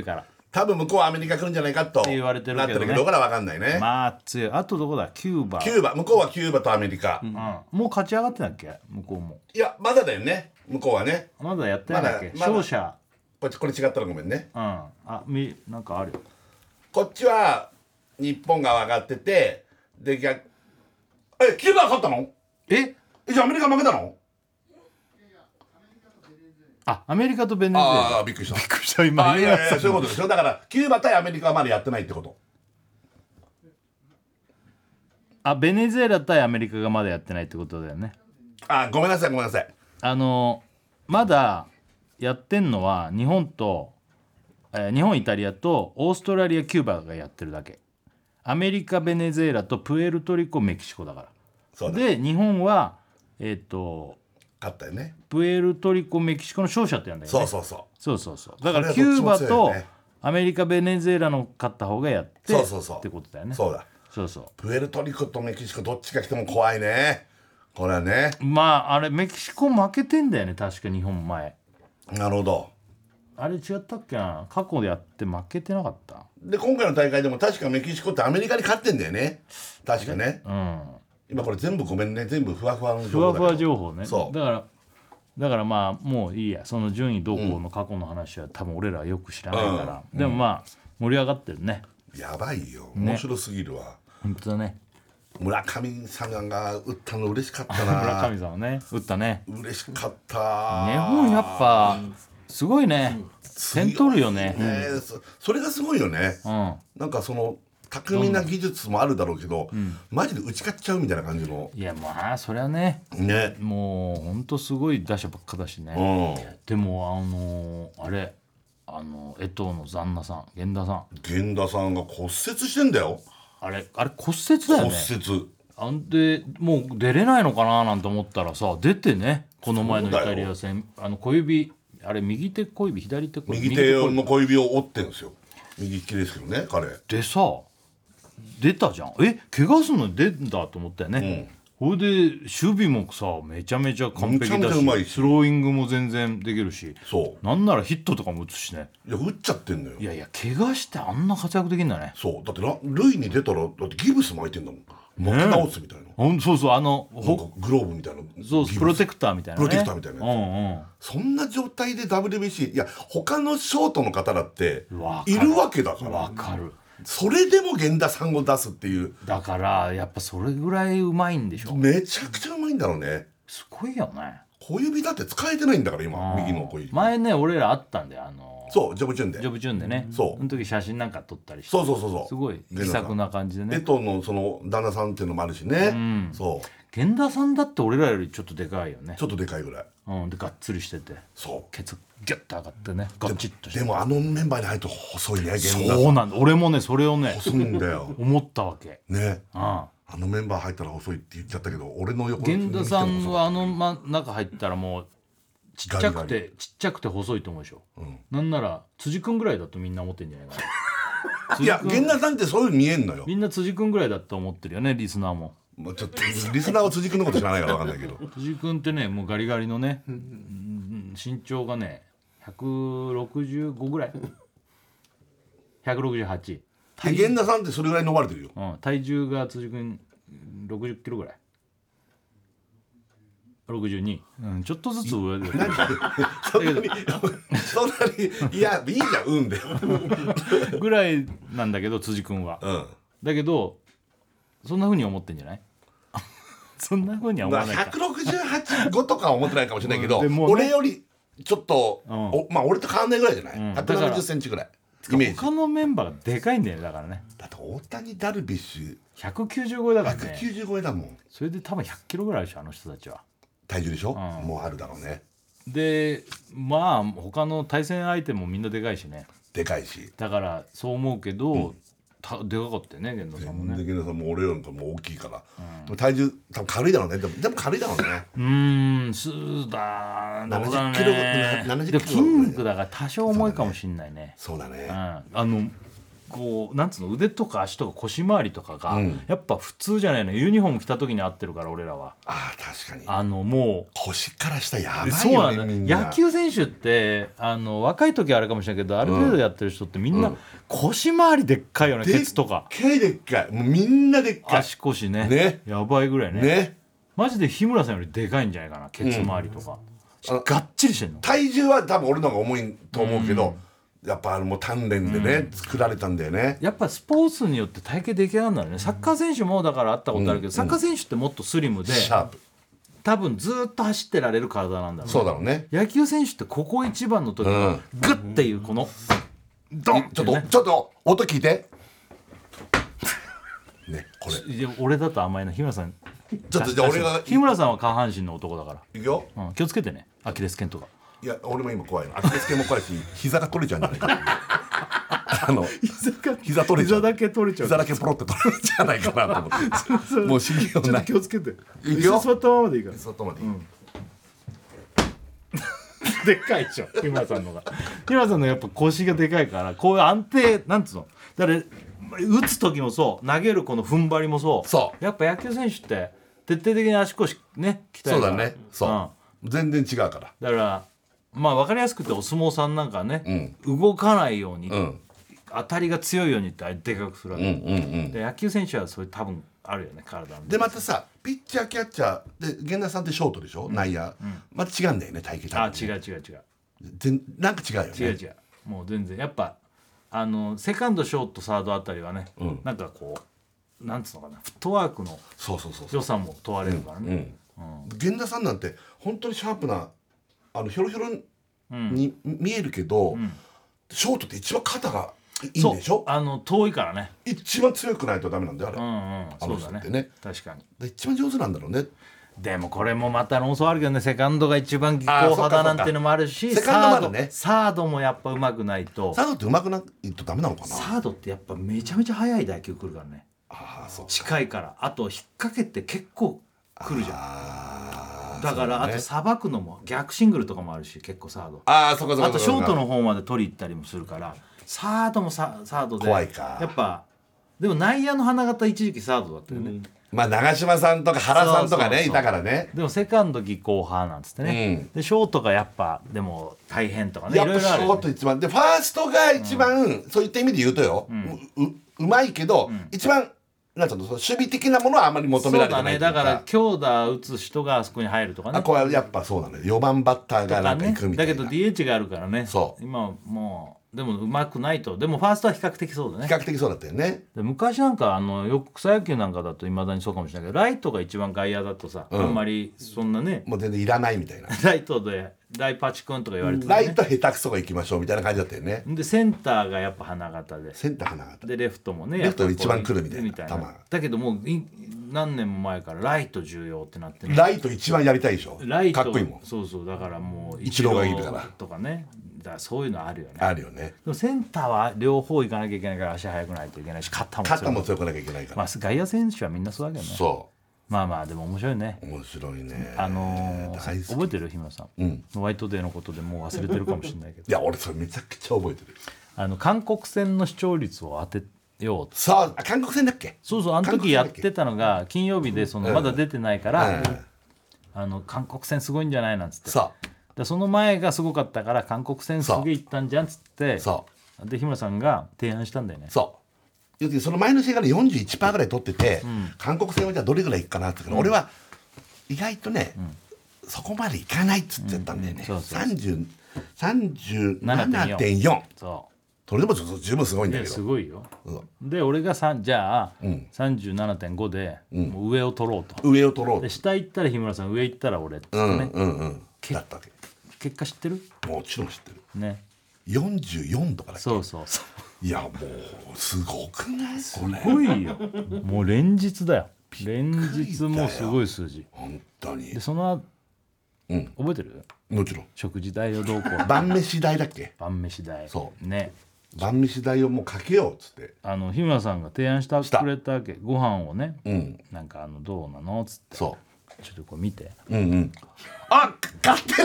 多分向こうはアメリカ来るんじゃないかとて言われてるけどねなってるけどから分かんないね、 まあ強い。あとどこだキューバ。 キューバ向こうはキューバとアメリカ、 うんもう勝ち上がってたっけ向こうも。 いやまだだよね向こうはね。 まだやってないんだっけ、 まだまだ勝者。 こっちこれ違ったらごめんね。 うんあみなんかあるよ。 こっちは日本が上がっててで逆えキューバが勝ったの？ ええじゃあアメリカ負けたの？ あアメリカとベネズエラ。 ああびっくりしたびっくりした今あいやいやそういうことでしょ。だからキューバ対アメリカはまだやってないってこと。 あベネズエラ対アメリカがまだやってないってことだよね。 あごめんなさいごめんなさい。 あのまだやってんのは日本と、えー日本イタリアとオーストラリアキューバがやってるだけ。アメリカベネズエラとプエルトリコメキシコだから。 そうだで日本はえっ、と勝ったよね。 プエルトリコメキシコの勝者ってやんだよね。 そうそうそそうそうそうだからこれはどっちもキューバと強いよねアメリカベネズエラの勝った方がやってそうそうそうってことだようね。 そうだ。 そうそうプエルトリコとメキシコどっちが来ても怖いねこれはね。 まああれメキシコ負けてんだよね確か日本前。 なるほど。 あれ違ったっけな過去でやって負けてなかった。 で今回の大会でも確かメキシコってアメリカに勝ってんだよね確かね。 うん今これ全部ごめんね全部ふわふわの情ふわふ報だけどわ情報ね。 そうだからだからまあもういいやその順位どうこうの過去の話は多分俺らはよく知らないから、でもまあ盛り上がってるね。 やばいよ面白すぎるわ、 本当だね。 村上さんが打ったの嬉しかった村な上さんはね打ったね。 嬉しかった日本やっぱすごいね、点取るよね。 ねそそれがすごいよね、 うんなんかその巧みな技術もあるだろうけど、マジで打ち勝っちゃうみたいな感じのいやまあそれはねね。 もうほんとすごい打者ばっかだしね。 うんでもあのーあれあの江藤の旦那さん源田さん源田さんが骨折してんだよ。 あれあれ骨折だよ骨ね。 折あんでもう出れないのかななんて思ったらさ出てねこの前のイタリア戦あの小指あれ右手小指左手小指右手の小指を折ってんですよ。右利きですけどね彼。 でさ出たじゃん。え怪我すんのに出んだと思ったよね。ほいで守備もさめちゃめちゃ完璧だめちゃめちゃうまいししスローイングも全然できるしそうなんならヒットとかも打つしね。 いや打っちゃってんのよ。 いやいや怪我してあんな活躍できんだね。 そうだってな塁に出たらだってギブス巻いてんだもん。巻き直すみたいな。 ほんそうそうあのなんほかグローブみたいな。 そうギブスプロテクターみたいなねプロテクターみたいなやつうんうんそんな状態で ダブリュービーシー いや他のショートの方だってわかるいるわけだからわかる。 それでも源田さんを出すっていうだからやっぱそれぐらいうまいんでしょ。 めちゃくちゃうまいんだろうね。 すごいよね。 小指だって使えてないんだから今うん右の小指。 前ね俺らあったんだよあのそうジョブチューンでジョブチューンでね。 そうの時写真なんか撮ったりしてそうそうそうそうすごい気さくな感じでね。 江藤のその旦那さんっていうのもあるしね、 んそう源田さんだって俺らよりちょっとでかいよねち。ょっとでかいぐらいうんでがっつりしててそケツギュッと上がってねガうチッとしてでもあのメンバーに入ると細いね源田さんそうなんだ。俺もねそれをね細いんだよ思ったわけ。 ねうんあのメンバー入ったら細いって言っちゃったけど俺の横源田さんはあのの真ん中入ったらもうちっちゃくてガリガちっちゃくて細いと思うでしょ、なんなら辻君ぐらいだとみんな思ってんじゃないかないや源田さんってそういうの見えんのよみんな辻君ぐらいだと思ってるよねリスナーも。 もうちょっとリスナーは辻君のこと知らないから分かんないけど辻君ってねもうガリガリのね、うん身長がねひゃくろくじゅうごぐらいひゃくろくじゅうはち、 で源田さんってそれぐらい伸ばれてるようん、体重が辻君ろくじゅっキロぐらいろくじゅうに、うん、ちょっとずつ上でそんなにそんなにいやいいじゃんうんでぐらいなんだけど辻君は、 うんだけどそんな風に思ってんじゃないそんな風には思まあわないか。 ひゃくろくじゅうはち、ごとかは思ってないかもしれないけど、 うんでもね俺よりちょっと、 うんおまあ俺と変わんないぐらいじゃない、 うんひゃくななじゅっセンチぐらいイメージ他のメンバーがでかいんだよねだからね。 だって大谷ダルビッシュひゃくきゅうじゅう超えだからね。 ひゃくきゅうじゅう超えだもんそれで多分ひゃっキロぐらいあるでしょあの人たちは。 体重でしょ、 うんもうあるだろうねでまあ他の対戦相手もみんなでかいしね。 でかいしだからそう思うけど、たでかかったよね源田さんもね。 全然源田さんも俺よりももう大きいから、でも体重多分軽いだろうねでもでも軽いだろうねうーんそうだどうだろうねななじゅっキロななじゅっキロでも筋肉だから多少重いかもしんないね。 そうだね、 うん、あのこうなんつうの腕とか足とか腰回りとかが、 うんやっぱ普通じゃないの。ユニフォーム着た時に合ってるから俺らはあー確かにあのもう腰から下やばいそうなんだよねみんな。 野球選手ってあの若い時はあれかもしれないけどある程度やってる人ってみんな、 うん腰回りでっかいよね、 でケツとかでっかいでっかいもうみんなでっかい足腰ねねやばいぐらいねね。 マジで日村さんよりでかいんじゃないかなケツ周りとか、 あのがっちりしてんの。 体重は多分俺の方が重いと思うけど、やっぱあのもう鍛錬でね、作られたんだよね。 やっぱスポーツによって体型出来上がるんだよね。サッカー選手もだからあったことあるけど、サッカー選手ってもっとスリムでシャープ多分ずっと走ってられる体なんだろうね。 そうだろうね。 野球選手ってここ一番の時うんのグッていうこのドンちょっとちょっと音聞いてねこれいや俺だと甘いな。日村さんちょっとじゃあ俺が日村さんは下半身の男だかいくよ。 ら、うん、気をつけてねアキレス腱とか。 いや俺も今怖いの。アキレス腱も怖いし膝が取れちゃうんじゃないかあの膝取れちゃう膝だけ取れちゃう膝だけポロって取れるんじゃないかなと思ってもう刺激がない。 気をつけて。 いくよ座ったままでいいから。 外までいい、 でっかいでしょ日村さんのが。日村さんのやっぱ腰がでかいからこういう安定なんつうのだから打つ時もそう投げるこの踏ん張りもそうそうやっぱ野球選手って徹底的に足腰ね鍛えるからそうだねそう、全然違うからだからまあ分かりやすくてお相撲さんなんかね、動かないように、 うん当たりが強いようにってあれでかくするわけ、 うんうんうんで野球選手はそれ多分あるよね体の。 でまたさピッチャーキャッチャーで源田さんってショートでしょ、内野、また違うんだよね体型あ多分ね違う違う違う全なんか違うよね違う違うもう全然やっぱあのセカンドショートサードあたりはね、 んなんかこうなんつうのかなフットワークのそうそうそうそう良さも問われるからね、 源田さんなんて本当にシャープなあのヒョロヒョロに見えるけど、ショートって一番肩がいいんでしょ。 あの遠いからね。 一番強くないとダメなんだよあれ、 うんうんあのそうだね人ってね確かに。 で一番上手なんだろうね。 でもこれもまた論争あるけどね、セカンドが一番技巧あーそっか派だなんてのもあるし、 セカンドもあるねサードサードもやっぱ上手くないと、 サードって上手くないとダメなのかな。 サードってやっぱめちゃめちゃ速い打球来るからね。 ああそう近いから、あと引っ掛けて結構来るじゃん。 あーだからそうねあとさばくのも逆シングルとかもあるし、結構サード。 ああそこそこそこあとショートの方まで取り行ったりもするから、サードもササードで怖いかやっぱでも内野の花形一時期サードだったよね。 まあ長嶋さんとか原さんとかねそうそうそういたからね。 でもセカンド技巧派なんつってね、 うんでショートがやっぱでも大変とかね、 やっぱシいろいろあるよねョート一番でファーストが一番、そういった意味で言うとよ、うううまいけど、一番なんていうのその守備的なものはあまり求められてないというか。 そうだね、だから強打打つ人があそこに入るとかねあこれはやっぱそうなのよよばんバッターがなんか行くみたいな、 だけど ディーエイチ があるからね、 そう今はもうでもうまくないと。でもファーストは比較的そうだね。 比較的そうだったよね。 で昔なんかあのよく草野球なんかだといまだにそうかもしれないけど、ライトが一番外野だとさ、 んあんまりそんなねもう全然いらないみたいなライトで大パチ君とか言われてたね、 ライト下手くそが行きましょうみたいな感じだったよね。 でセンターがやっぱ花形で、 センター花形でレフトもねレフトやっぱこう一番来るみたいな球だけどもうい何年も前からライト重要ってなってね、 ライト一番やりたいでしょ。 ライトかっこいいもん。 そうそうだからもうイチローがいるからとかね、だからそういうのあるよね。 あるよね。 でもセンターは両方行かなきゃいけないから足速くないといけないし、肩も強い肩も強くなきゃいけないから、 まあ外野選手はみんなそうだけどね。 そまあまあでも面白いね。 う面白いね。 あのー大好き覚えてる日村さん、 うんホワイトデーのことでもう忘れてるかもしれないけどいや俺それめちゃくちゃ覚えてる。 あの韓国戦の視聴率を当てようと。 さあ韓国戦だっけ。 そうそうあの時やってたのが金曜日でそのまだ出てないから、 うんあの韓国戦すごいんじゃないなんつって、 さでその前がすごかったから韓国戦すげえいったんじゃんっつってあそで日村さんが提案したんだよねう。そう要するにその前の試合から よんじゅういちパーセント ぐらい取ってて、韓国戦はじゃあどれぐらいいくかなって言ったら、俺は意外とね、そこまでいかないっつっちゃったんだよね。 うんうんそうそうさんじゅう さんじゅうななてんよん。 そそれでもちょっと十分すごいんうでだけど。 すごいよ。 うんで俺がさんじゃあ、 うんさんじゅうななてんごで、もう上を取ろうと。 上を取ろうで下行ったら日村さん、上行ったら俺っつってね、 うんうんうんだったわけ。 結果知ってるもちろん知ってる。 ね。 よんじゅうよんとかだっけ。 そうそうそういやもうすごくないこれ。 すごいよ。もう連日だよ。連日もうすごい数字本当にで。その、 うん覚えてるもちろん食事代をどうこう晩飯代だっけ。 晩飯代そうね。 晩飯代をもうかけようっつって。 あの日村さんが提案してくれたわけ。ご飯をね、 うんなんかあのどうなのっつってそちょっとこう見て、 ううんうんあ買ってる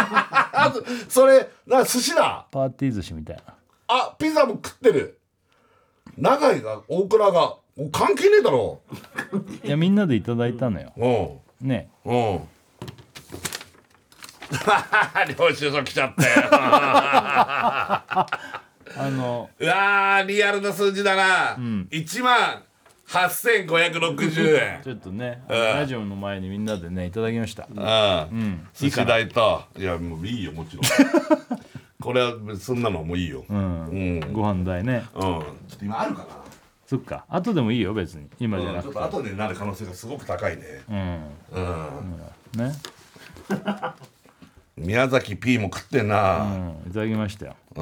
それな寿司だ。 パーティー寿司みたいな。 あピザも食ってる。 長井が大倉が関係ねえだろ。 いやみんなでいただいたのようんね。 うん領収書来ちゃったよあのうわーリアルな数字だな、うん、いちまんはっせんごひゃくろくじゅうえんちょっとね、うん、ラジオの前にみんなでねいただきました。 うん、うん、寿司代といやもういいよもちろんこれはそんなのもういいよ、うんうん、ご飯代ね、 うん、ちょっと今あるかな。 そっか後でもいいよ別に今じゃなくて、 うん、ちょっと後でなる可能性がすごく高いね。うん、うん、 ね宮崎 P も食ってんな、 うん、いただきましたよ、うん、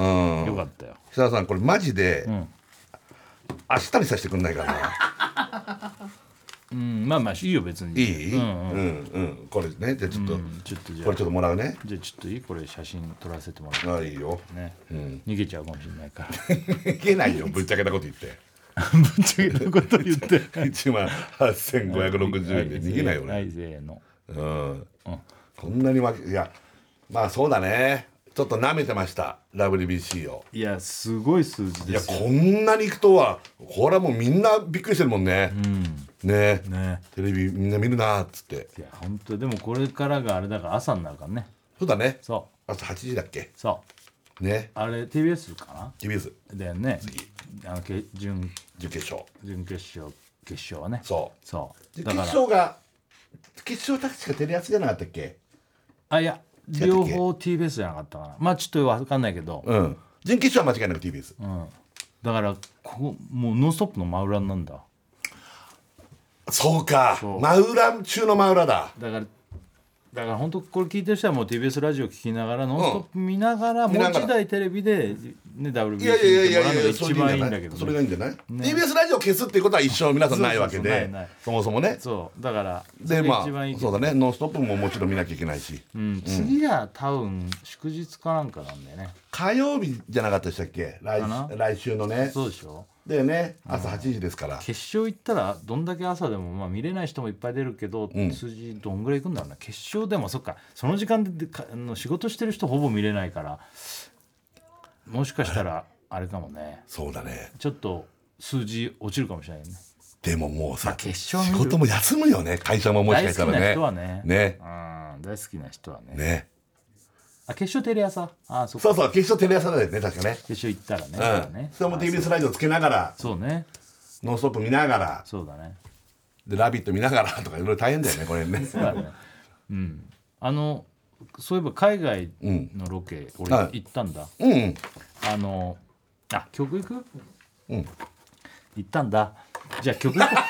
よかったよ。 設楽さんこれマジで、うん、明日にさせてくんないかなうん、まあまあいいよ別にいい、うんうん、うんうんこれねじゃあちょっと、うん、ちょっとじゃあこれちょっともらうね。 じゃあちょっといいこれ写真撮らせてもらって。 ああいいよ、 ね、うん、逃げちゃうかもしれないから逃げないよぶっちゃけたこと言ってぶっちゃけたこと言っていちまんはっせんごひゃくろくじゅうえんで逃げないよね。 はいせーの、 うん、うん、こんなに負けいやまあそうだねちょっと舐めてました ダブリュービーシー を。 いやすごい数字ですよ。 いやこんなにいくとはこれはもうみんなびっくりしてるもんね、うん、ねねテレビみんな見るなっつって。 いや本当でもこれからがあれだから朝になるからね。 そうだね。 そう朝はちじだっけ。 そうねあれ ティービーエス かなティービーエスだよね。 次あのけ準準決勝準決勝決勝はね。 そうそう決勝が決勝確かテレ朝じゃなかったっけ。 あいや両方 ティービーエス じゃなかったかな。まあちょっと分かんないけど、 うん、準決勝は間違いなく ティービーエス、うん、 だからここもうノンストップの真裏なんだ。 そうかそう真裏中の真裏だ。 だからだから本当これ聞いてる人はもう ティービーエス ラジオ聞きながらノンストップ見ながら、うん、もう一台テレビで、ね、ダブリュービーシー 見てもらうのが一番いいんだけど、ね、 それがいいんじゃない、ね、ティービーエス ラジオ消すっていうことは一生皆さんないわけでそもそもね。 そうだからでまあそうだねノンストップももちろん見なきゃいけないし、 うん、次が多分祝日かなんかなんだよね。 火曜日じゃなかったでしたっけ 来, 来週のね。 そうでしょだよね朝はちじですから。 決勝行ったらどんだけ朝でも、まあ、見れない人もいっぱい出るけど、うん、数字どんぐらいいくんだろうな。決勝でもそっかその時間でかあの仕事してる人ほぼ見れないからもしかしたらあれかもね。 そうだねちょっと数字落ちるかもしれないね。 でももうさ、まあ、 決勝仕事も休むよね会社ももしかしたらね。 大好きな人はねね、 うん、大好きな人はねねあ決勝テレ朝あそそうそう決勝テレ朝だよね確かね。 決勝行ったらね、 うんねそれも ティービーエス ラジオつけながらそうねノンストップ見ながらそうだねでラビット見ながらとかいろいろ大変だよねこれね。 そうだねうんあのそういえば海外のロケ、うん、俺行ったんだ、 うんうん、 あのあ曲行くうん行ったんだじゃあ曲行こ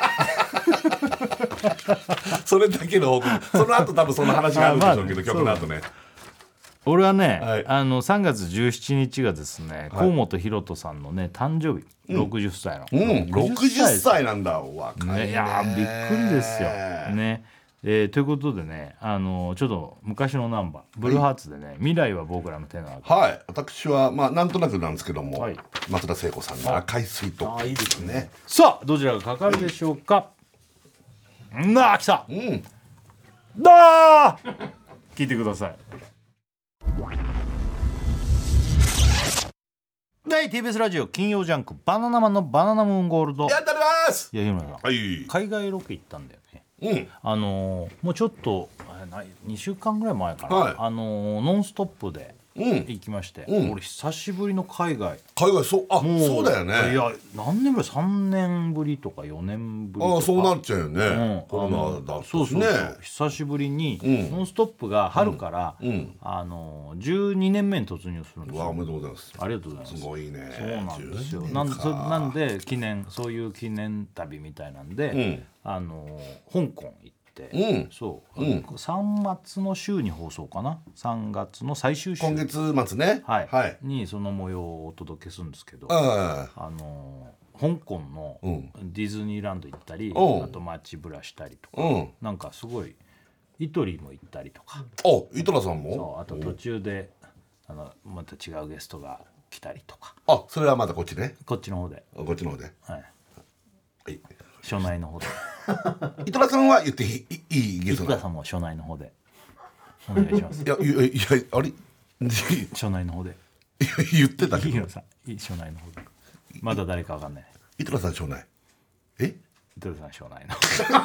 うそれだけのその後多分その話があるんでしょうけど、まあ、曲の後ね俺はね、はい、あのさんがつじゅうしちにちがですね、はい、河本大翔さんのね誕生日、うん、ろくじゅっさいの、 うん、ろくじゅっさいなんだ若いね。 いやびっくりですよね、えー、ということでねあのちょっと昔のナンバーブルーハーツでね、はい、未来は僕らの手の中。 はい私はまあなんとなくなんですけども、はい、松田聖子さんの赤いスイート。 あいいですね。さあどちらがかかるでしょうか。なあ来た、うん、だー聞いてください。はい、ティービーエス ラジオ金曜ジャンクバナナマンのバナナムーンゴールドやっております。 いや日村さん、 はい、 海外ロケ行ったんだよね、 うん、 あのー、もうちょっとにしゅうかんぐらい前かな、はい、あのー、ノンストップで行きまして、うん、俺久しぶりの海外海外そうあそうだよね。 いや何年ぶりさんねんぶりとかよねんぶりとか。 あそうなっちゃうよね、うん、コロナだったしね。そうそうそう久しぶりに、うん、ノンストップが春から、うん、あのじゅうにねんめに突入するんですよ。 わおめでとうございます。 ありがとうございます。 すごいね。 そうなんですよ。なんそなんで記念そういう記念旅みたいなんで、うん、あの香港行って。うん、そう、うん、さんがつの週に放送かなさんがつの最終週今月末ね、 はいはい、 にその模様をお届けするんですけど、 ああの香港のディズニーランド行ったり、うん、あと街ブラしたりとか、うん、なんかすごいイトリも行ったりとか。 あイトラさんもそうあと途中であのまた違うゲストが来たりとか。 あそれはまたこっちねこっちの方でこっちの方ではい、 はい、 所内の方で伊藤さんは言っていいいいゲスト伊藤さんも所内の方でお願いします。 いやいやいやあれ所内の方で言ってたけどいいのさ所内の方でまだ誰かわかんない井戸田さん庄内え井戸田さん庄内の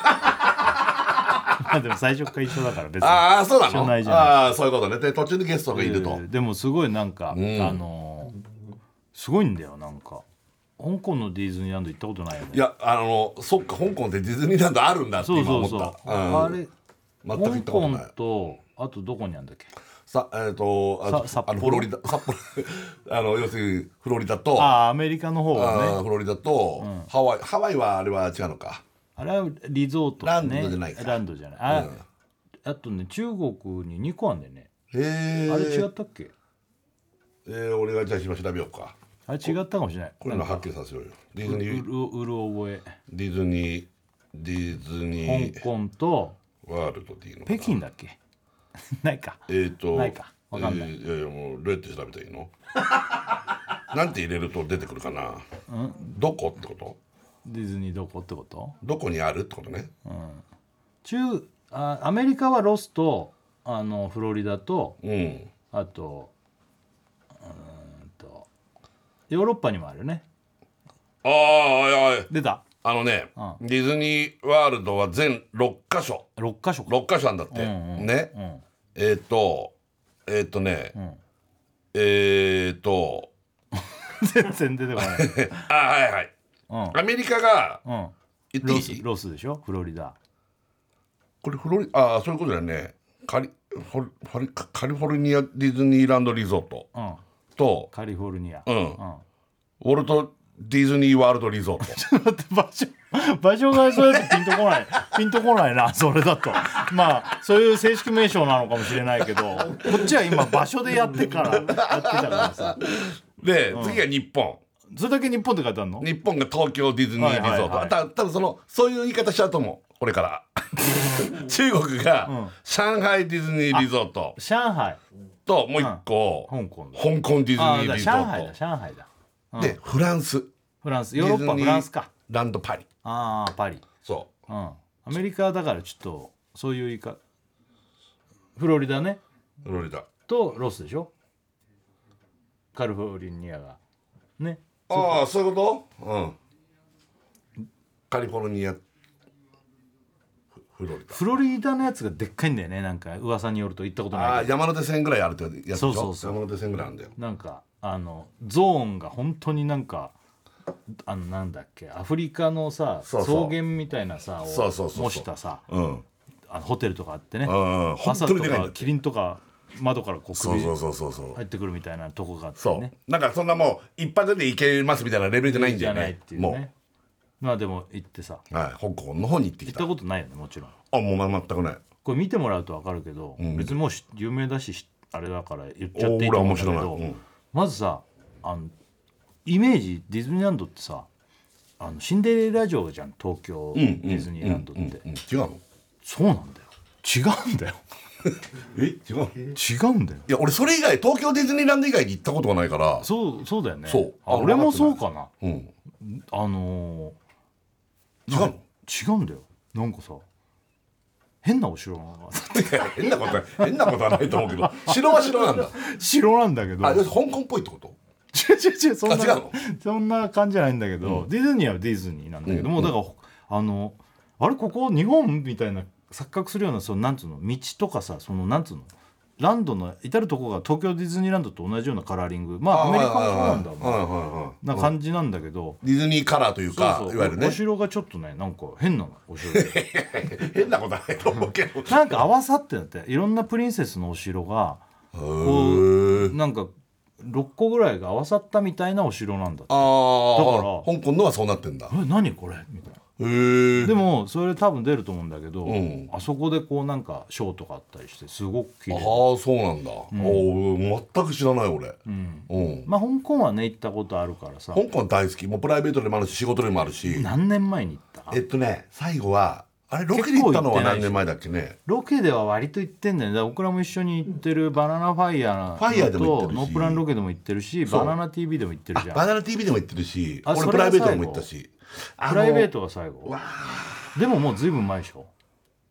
まあでも最初から一緒だから別にああそうなの庄内じゃないああそういうことねで途中にゲストがいると、 えーでもすごいなんか、 んあのーすごいんだよなんか香港のディズニーランド行ったことないよねいやあのそっか香港ってディズニーランドあるんだってそう今そうそう、 思ったうんあれ全く行ったことない香港とあとどこにあるんだっけさえっ、とあさ札幌あのフロリダ札幌あの要するにフロリダとああアメリカの方あはねーフロリダと、ハワイハワイはあれは違うのかあれはリゾートねランドじゃないかランドじゃないあ,、 うんあとね中国ににこあんだよねへえあれ違ったっけえー、俺がじゃあ今調べようかあれ違ったかもしれないこれのはっきりさせようよディズニーうるうる覚えディズニーディズニ香ー港とワールドっていうのかな北京だっけないかえーとないかわかんないえーいやいやもうどうやって調べたらいいのなんて入れると出てくるかな、どこってことディズニーどこってことどこにあるってことね、 中あアメリカはロスとあのフロリダとうんあとうーんとヨーロッパにもあるねああいやいや出たあのね、 うディズニーワールドは全ろっかしょろっか所かろっかしょなんだって、 うんうんね、 うんえっ、とえっ、とね、 んえっ、と全然出てこないあはいはいうんアメリカがうん言っていロスいロスでしょフロリダこれフロリああそういうことだよねカリフォルフォルカリフォルニアディズニーランドリゾートうんと、 カリフォルニアうんうんウォルト・ディズニーワールドリゾートだって場所場所がそうやってピンとこないピンとこないなそれだとまあそういう正式名称なのかもしれないけどこっちは今場所でやってからやってたからさで、次が日本それだけ日本って書いてあるの日本が東京ディズニーリゾート、 はいはいはいた多分そのそういう言い方しちゃうと思うこれから中国が、 ん上海ディズニーリゾート上海ともう一個、 香港だ香港ディズニああだーリゾ上海だー上海だトでフランスフランスヨーロッパディズニーフランスかランドパリああパリそうんアメリカだからちょっとそういう言い方フロリダねうフロリダとロスでしょカリフォルニアがねああそういうことうんカリフォルニアフフロリダフロリダのやつがでっかいんだよねなんか噂によると行ったことあないけどあ山手線ぐらいあるってやつでしょそうそうそう山手線ぐらいあるんだよなんかあのゾーンが本当になんかあのなんだっけアフリカのさそうそう草原みたいなさそうそうそうそうを模したさうんあのホテルとかあってねうん本朝とか当にでかいんだってキリンとか窓からこう首そうそうそうそうそう入ってくるみたいなとこがあってそう、 ねなんかそんなもう一発で行けますみたいなレベルじゃないんだよじゃないっねていうねまあでも行ってさもう、はい、香港の方に行ってき行ったたことないよねもちろんあもう全くないこれ見てもらうと分かるけど、 ん別にもうし有名だししあれだから言っちゃっていいと思うんだけど、 おー俺は面白いうんまずさあのイメージディズニーランドってさあのシンデレラ城じゃん東京デうんィズニーランドって、 うんうんうん違うのそうなんだよ違うんだよえ違うのい違うんだよや俺それ以外東京ディズニーランド以外に行ったことがないからそうそうだよねそうああ俺もそうかなうんあのー、 違うのな違うんだよなんかさ変なお城がいや変なことは変なことはないと思うけど城は城なんだ城なんだけどあ要するに香港っぽいってこと違う違う違うそんなあ違うのそんな感じじゃないんだけど、ディズニーはディズニーなんだけども、 うんだからあのあれここ日本みたいな錯覚するようなそのなんつうの道とかさそのなんつうのランドの至るとこが東京ディズニーランドと同じようなカラーリングまあアメリカもそうなんだもん、 はいはいはいはいな感じなんだけど、 ディズニーカラーというかそうそういわゆるねお城がちょっとねなんか変なのお城で変なことはないと思うけどなんか合わさってなっていろんなプリンセスのお城がへこーうなんかろっこぐらいが合わさったみたいなお城なんだってああだから香港のはそうなってんだえ何これみたいなへえでもそれ多分出ると思うんだけど、 うんあそこでこうなんかショーとかあったりしてすごく綺ああ麗そうなんだ、おお全く知らない俺うんうんまあ香港はね行ったことあるからさ香港大好きもうプライベートでもあるし仕事でもあるし何年前に行ったえっとね最後はあれロケで行ったのは何年前だっけねロケでは割と行ってんだよねだから僕らも一緒に行ってるバナナファイヤーファイヤーでも行ってるしとノープランロケでも行ってるしそうバナナ ティーブイ でも行ってるじゃんあバナナ ティーブイ でも行ってるしあ俺それが最後プライベートでも行ったしプライベートトが最後でももう随分前でしょ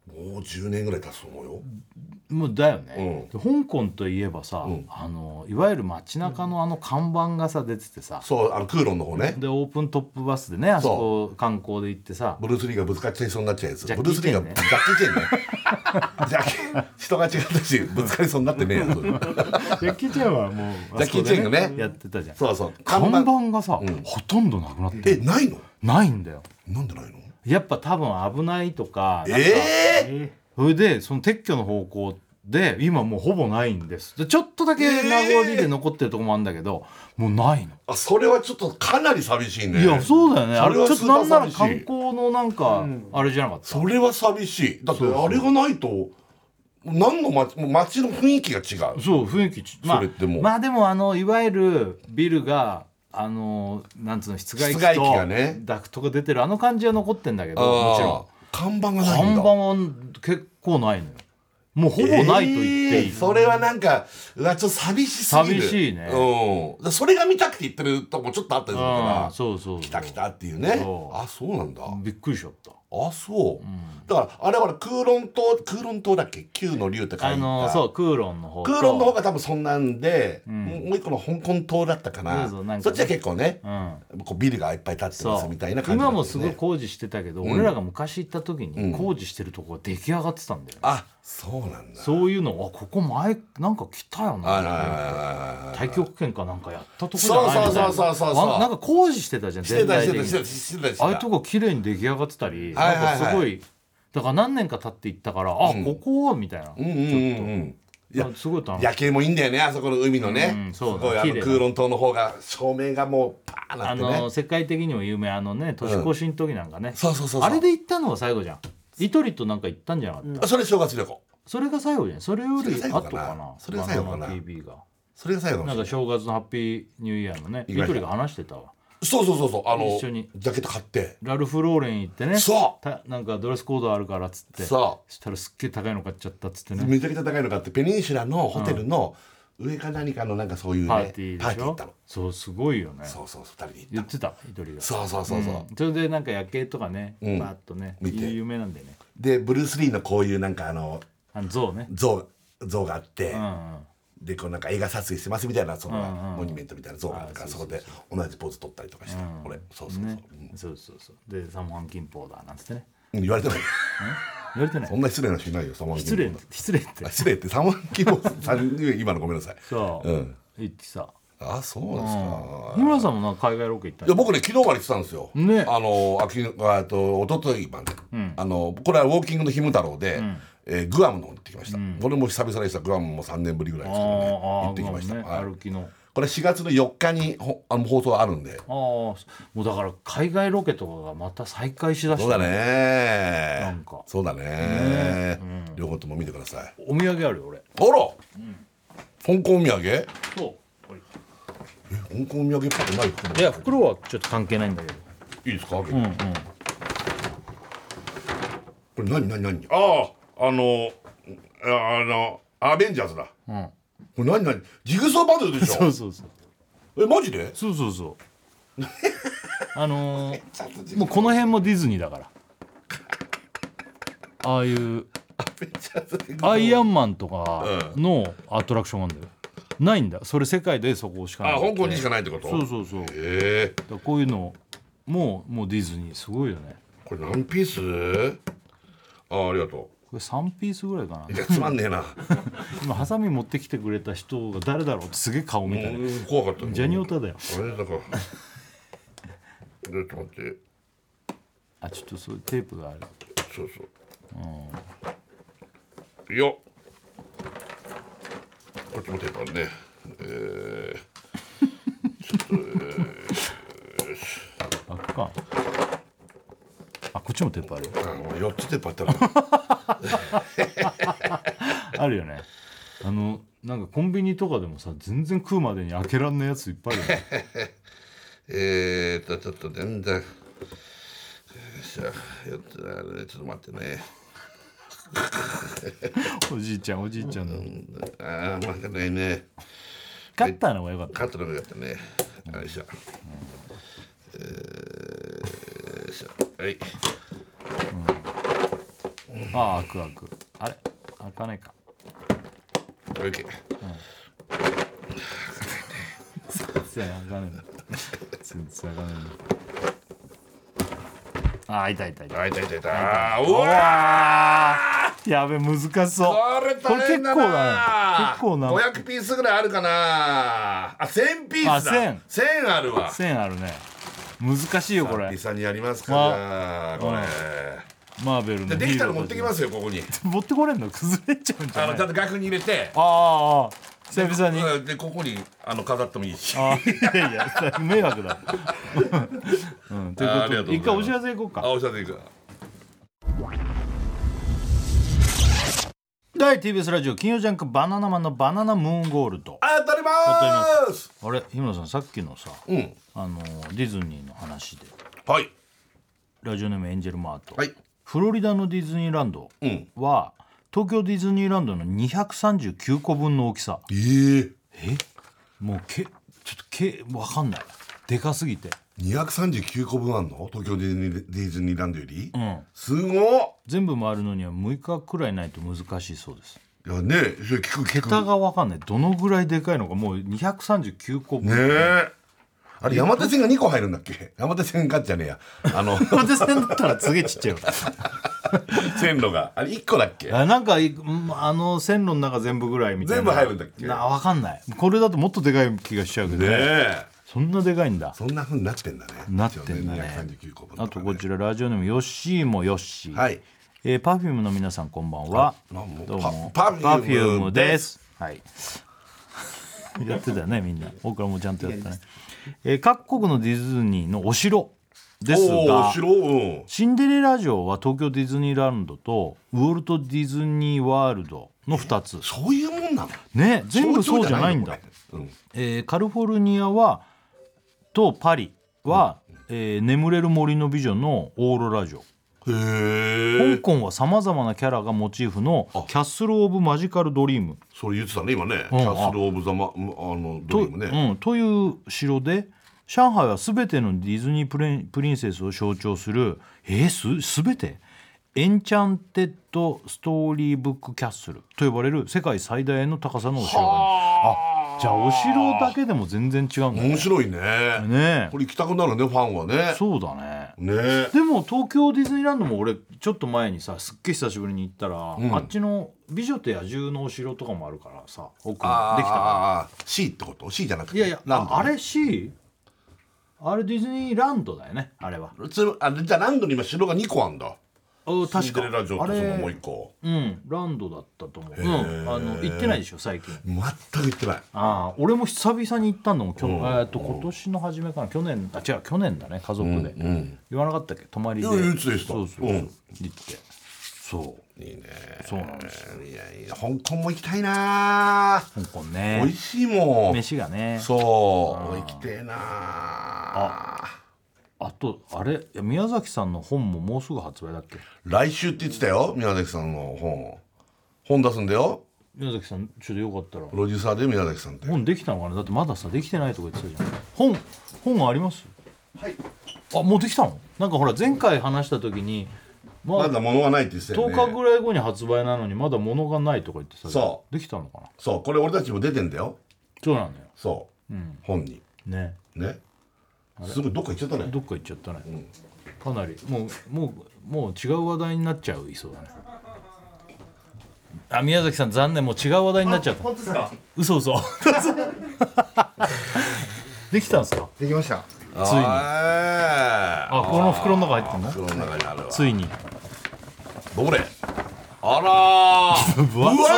もうじゅうねんぐらい経つと思うよ。 もうだよね、で香港といえばさ、 んあのいわゆる街中のあの看板がさ出ててさ、 そうあの空論の方ね。 でオープントップバスでねあそこ観光で行ってさ、 ブルース・リーがぶつかっちゃいそうになっちゃうやつ。 ジャッブルース・リーがキーチェンねジャッキー・チェンねジャッキー人が違ったしぶつかりそうになってねえやそれジャッキーチェンはもうジャッキーチェンがねやってたじゃん。 そうそう看板がさ、 んほとんどなくなってる。 えないのないんだよ。 なんでないのやっぱ多分危ないとかなんか、 えそれでその撤去の方向で今もうほぼないんです。でちょっとだけ名残で残ってるとこもあるんだけど、もうないの。 あそれはちょっとかなり寂しいね。 いやそうだよね。あれちょっとなんならそれはスーパー寂しい観光のなんか、あれじゃなかった。 それは寂しい。だってあれがないと何の街もう街の雰囲気が違う。 そう雰囲気ちまあそれってもうまあでもあのいわゆるビルがあのなんつうの室外機と室外機がねダクトが出てるあの感じは残ってんだけど、もちろんあー看板がないんだ。 看板は結構ないのよ。もうほぼないと言っていい、 えーそれはなんかうわちょっと寂しすぎる。 寂しいねうんでそれが見たくて言ってるとこちょっとあったりするかあらあそうそうそう来た来たっていうね。 そうあそうなんだ。 びっくりしちゃった。 あそう、だからあれは空論島空論島だっけ九の竜って書いたあのそう空論の方と空論の方が多分そんなんで、もう一個の香港島だったかな、 そうそうなんかねそっちは結構ね、 うんこうビルがいっぱい建ってそうますみたいな感じだったよね。 今もすごい工事してたけど、俺らが昔行った時に工事してるとこが出来上がってたんだよね、 あそうなんだ。 そういうのあここ前なんか来たよあなら太極拳かなんかやったとこじゃないみたいな。 そうそうそうそうそうあなんか工事してたじゃんしてたしてた全体的にしてたしてたしてたああいうとこ綺麗に出来上がってたり、 はいはいはいなんかすごいだから何年か経って行ったから、あここみたいな、 うんうんうんうんいやあすごい楽しい。 夜景もいいんだよねあそこの海のね、 うんそうだすごいあ綺麗だの空論島の方が照明がもうパーンなあってね。 の世界的にも有名あのね年越しの時なんかね、 そうそうそうそうあれで行ったのが最後じゃん。イトリとなんか行ったんじゃなかった、 あそれ正月旅行。 それが最後じゃん。それよりそれ最後かな後かな。 それが最後かなバナナ ティービー がそれが最後かもなんしれない。 か正月のハッピーニューイヤーのねイ行きましたトリが話してたわ。 そうそうそうそうあの一緒にジャケット買ってラルフ・ローレン行ってね、 そうたなんかドレスコードあるからっつってそしたらすっげえ高いの買っちゃったっつってね、 めちゃくちゃ高いの買ってペニンシュラのホテルの上か何かのなんかそういうねパーティーでしょパーティー行ったの。 そうすごいよね。 そうそうそう二人で行っ言ってたイトリが。 た。そうそうそうそう、 うんそれでなんか夜景とかね、 うんバーッとね見て有名なんだよね。 でブルース・リーのこういうなんかあのあの像ね。 像像があって、 うんうんでこうなんか映画撮影してますみたいなそのうんうんモニュメントみたいな像があるから、 あそこでそうそう同じポーズ取ったりとかした、 うん俺そうそうそう、 ね、そうそうそうでサモハンキンポーだなんつってねうん言われてない言われてないそんな失礼な人いないよサモンキン失礼失礼ってあ失礼ってサモンキンボさん今のごめんなさい。 そう、 うん言ってさあそうなんですか、 日村さんもなんか海外ロケ行ったんいや僕ね昨日まで行ってたんですよ、 ねあの秋あと一昨日まで、あのこれはウォーキングのひむ太郎で、えーグアムの方に行ってきました、これも久々でした。グアムもさんねんぶりぐらいですけどね行ってきました、 ねはい歩きのこれしがつのよっかにほあの放送あるんで。 ああもうだから海外ロケとかがまた再開しだしたそうだねなんかそうだね、両方とも見てください。 お土産あるよ俺あら、香港土産そうこ香港土産っぽくない袋れいや袋はちょっと関係ないんだけどいいですか、 うんうんこれ何何何あああのああのアベンジャーズだ、 うんこれ何何ジグソーパズルでしょそうそうそうえマジでそうそうそうあのー、もうこの辺もディズニーだからああいうアイアンマンとかのアトラクションなんだよないんだそれ世界でそこしかないあ香港にしかないってこと。 そうそうそうだかええらこういうのもうもうディズニーすごいよねこれ何ピースあありがとこれさんピースぐらいかなういやつまんねえな今ハサミ持ってきてくれた人が誰だろうってすげえ顔見たねうん怖かったねジャニオタだよあれだからちょっと待ってあちょっとそういうテープがあるそうそう、よっこっちもテープあるねえあっかあこっちもテープあるよー、あ俺よっつテープあったらあるよねあのなんかコンビニとかでもさ全然食うまでに開けらんないやついっぱいあるよねえーっとちょっと全然よっしゃよっつあれちょっと待ってねおじいちゃんおじいちゃんのああ負けないねカッターの方がよかったカットの方がよかったねよいしょえーよいしょはいあ開く開くあれ開かないかオッケー全然開かない全然開かないあー痛い痛い痛いあいたいたいたうわやべ難しそうこれ大変だなこれ結構だね結構なごひゃくピースぐらいあるかなあせんピースだあせんせんあるわ線あるね難しいよこれリサにやりますかじゃあこれマーベルのでできたら持ってきますすよここに持ってこれんの崩れちゃうんじゃないあのちゃんと額に入れてああああ久々にうんでここにあの飾ってもいいしあいやいや迷惑だうんというああことで一回お知らせいこうかあおしゃれいく大 ティービーエス ラジオ金曜ジャンクバナナマンのバナナムーンゴールドあ当たりますあれ日村さんさっきのさうんあのディズニーの話ではいラジオネームエンジェルマート、 はいフロリダのディズニーランドうんは東京ディズニーランドのにひゃくさんじゅうきゅうこぶんの大きさえーえもうけちょっとけわかんないでかすぎてにひゃくさんじゅうきゅうこぶんあんの東京ディズニーディズニーランドよりうんすごっ全部回るのにはむいかくらいないと難しいそうですいやねそれ聞く聞く桁がわかんないどのぐらいでかいのかもうにひゃくさんじゅうきゅうこぶんねえあれ山手線がにこ入るんだっけ山手線かじゃねえやあの山手線だったらすげえちっちゃいよ線路があれいっこだっけあなんかいうんあの線路の中全部ぐらいみたいな全部入るんだっけなわかんないこれだともっとでかい気がしちゃうけどねねえそんなでかいんだそんな風になってんだねなってんだねにひゃくさんじゅうきゅうこぶんかねあとこちらラジオネームヨッシーもヨッシー、 はいえー、パフュームの皆さんこんばんはあなんもどうもパ Perfume パフュームですはいやってたよねみんな僕らもちゃんとやったね、えー、各国のディズニーのお城ですおーがお城うんシンデレラ城は東京ディズニーランドとウォルト・ディズニー・ワールドのふたつそういうもんなのね全部そうじゃないんだ象徴じゃないのこえーカリフォルニアはとパリは、えー眠れる森の美女のオーロラ城れへえ香港はさまざまなキャラがモチーフのキャッスル・オブ・マジカル・ドリームそれ言ってたね今ね、 うんキャッスル・オブ・ザ・マあのドと,、 リームね、 うん、という城で上海は全てのディズニープレンプリンセスを象徴するえー、す全てエンチャンテッド・ストーリーブック・キャッスルと呼ばれる世界最大の高さのお城があるあじゃあお城だけでも全然違うんだね面白いねねこれ行きたくなるねファンはねそうだねねでも東京ディズニーランドも俺ちょっと前にさすっげえ久しぶりに行ったら、 んあっちの美女と野獣のお城とかもあるからさ奥にできたあかあ C ってこと C じゃなくてらいやいやランドああれ C? あれディズニーランドだよねあれはつあれじゃあランドに今城がにこあんだあシン確かデレラ城とあそのもうれいっこうんランドだったと思う、うん、 ーあの行ってないでしょ最近全く行ってないああ俺も久々に行ったのもきょ、 うんえー、と今年の初めかな去年あ違う去年だね家族で、 うん言わなかったっけ泊まりでいや言ってた言ってたそうそうそう、 うん行ってそういいねそうなんですよいやいや香港も行きたいな香港ね美味しいもん飯がねそう行きてえなあとあれいや宮崎さんの本ももうすぐ発売だっけ来週って言ってたよ宮崎さんの本本出すんだよ宮崎さんちょっとよかったらプロデューサーで宮崎さんって本できたのかなだってまださできてないとか言ってたじゃん本本ありますはいあもうできたのなんかほら前回話した時にまあまだ物がないって言ってたよねとおかぐらい後に発売なのにまだ物がないとか言ってさそうできたのかなそうこれ俺たちも出てんだよそうなんだよそう、 ん本にねねすぐどっか行っちゃったねどっか行っちゃったね、かなりもうもうもう違う話題になっちゃういそうだねあ宮崎さん残念もう違う話題になっちゃった本当ですか？ 嘘嘘できたんですかできました。 ついにああこの袋の中入ってんの袋の中にあるわついにどれあらー分厚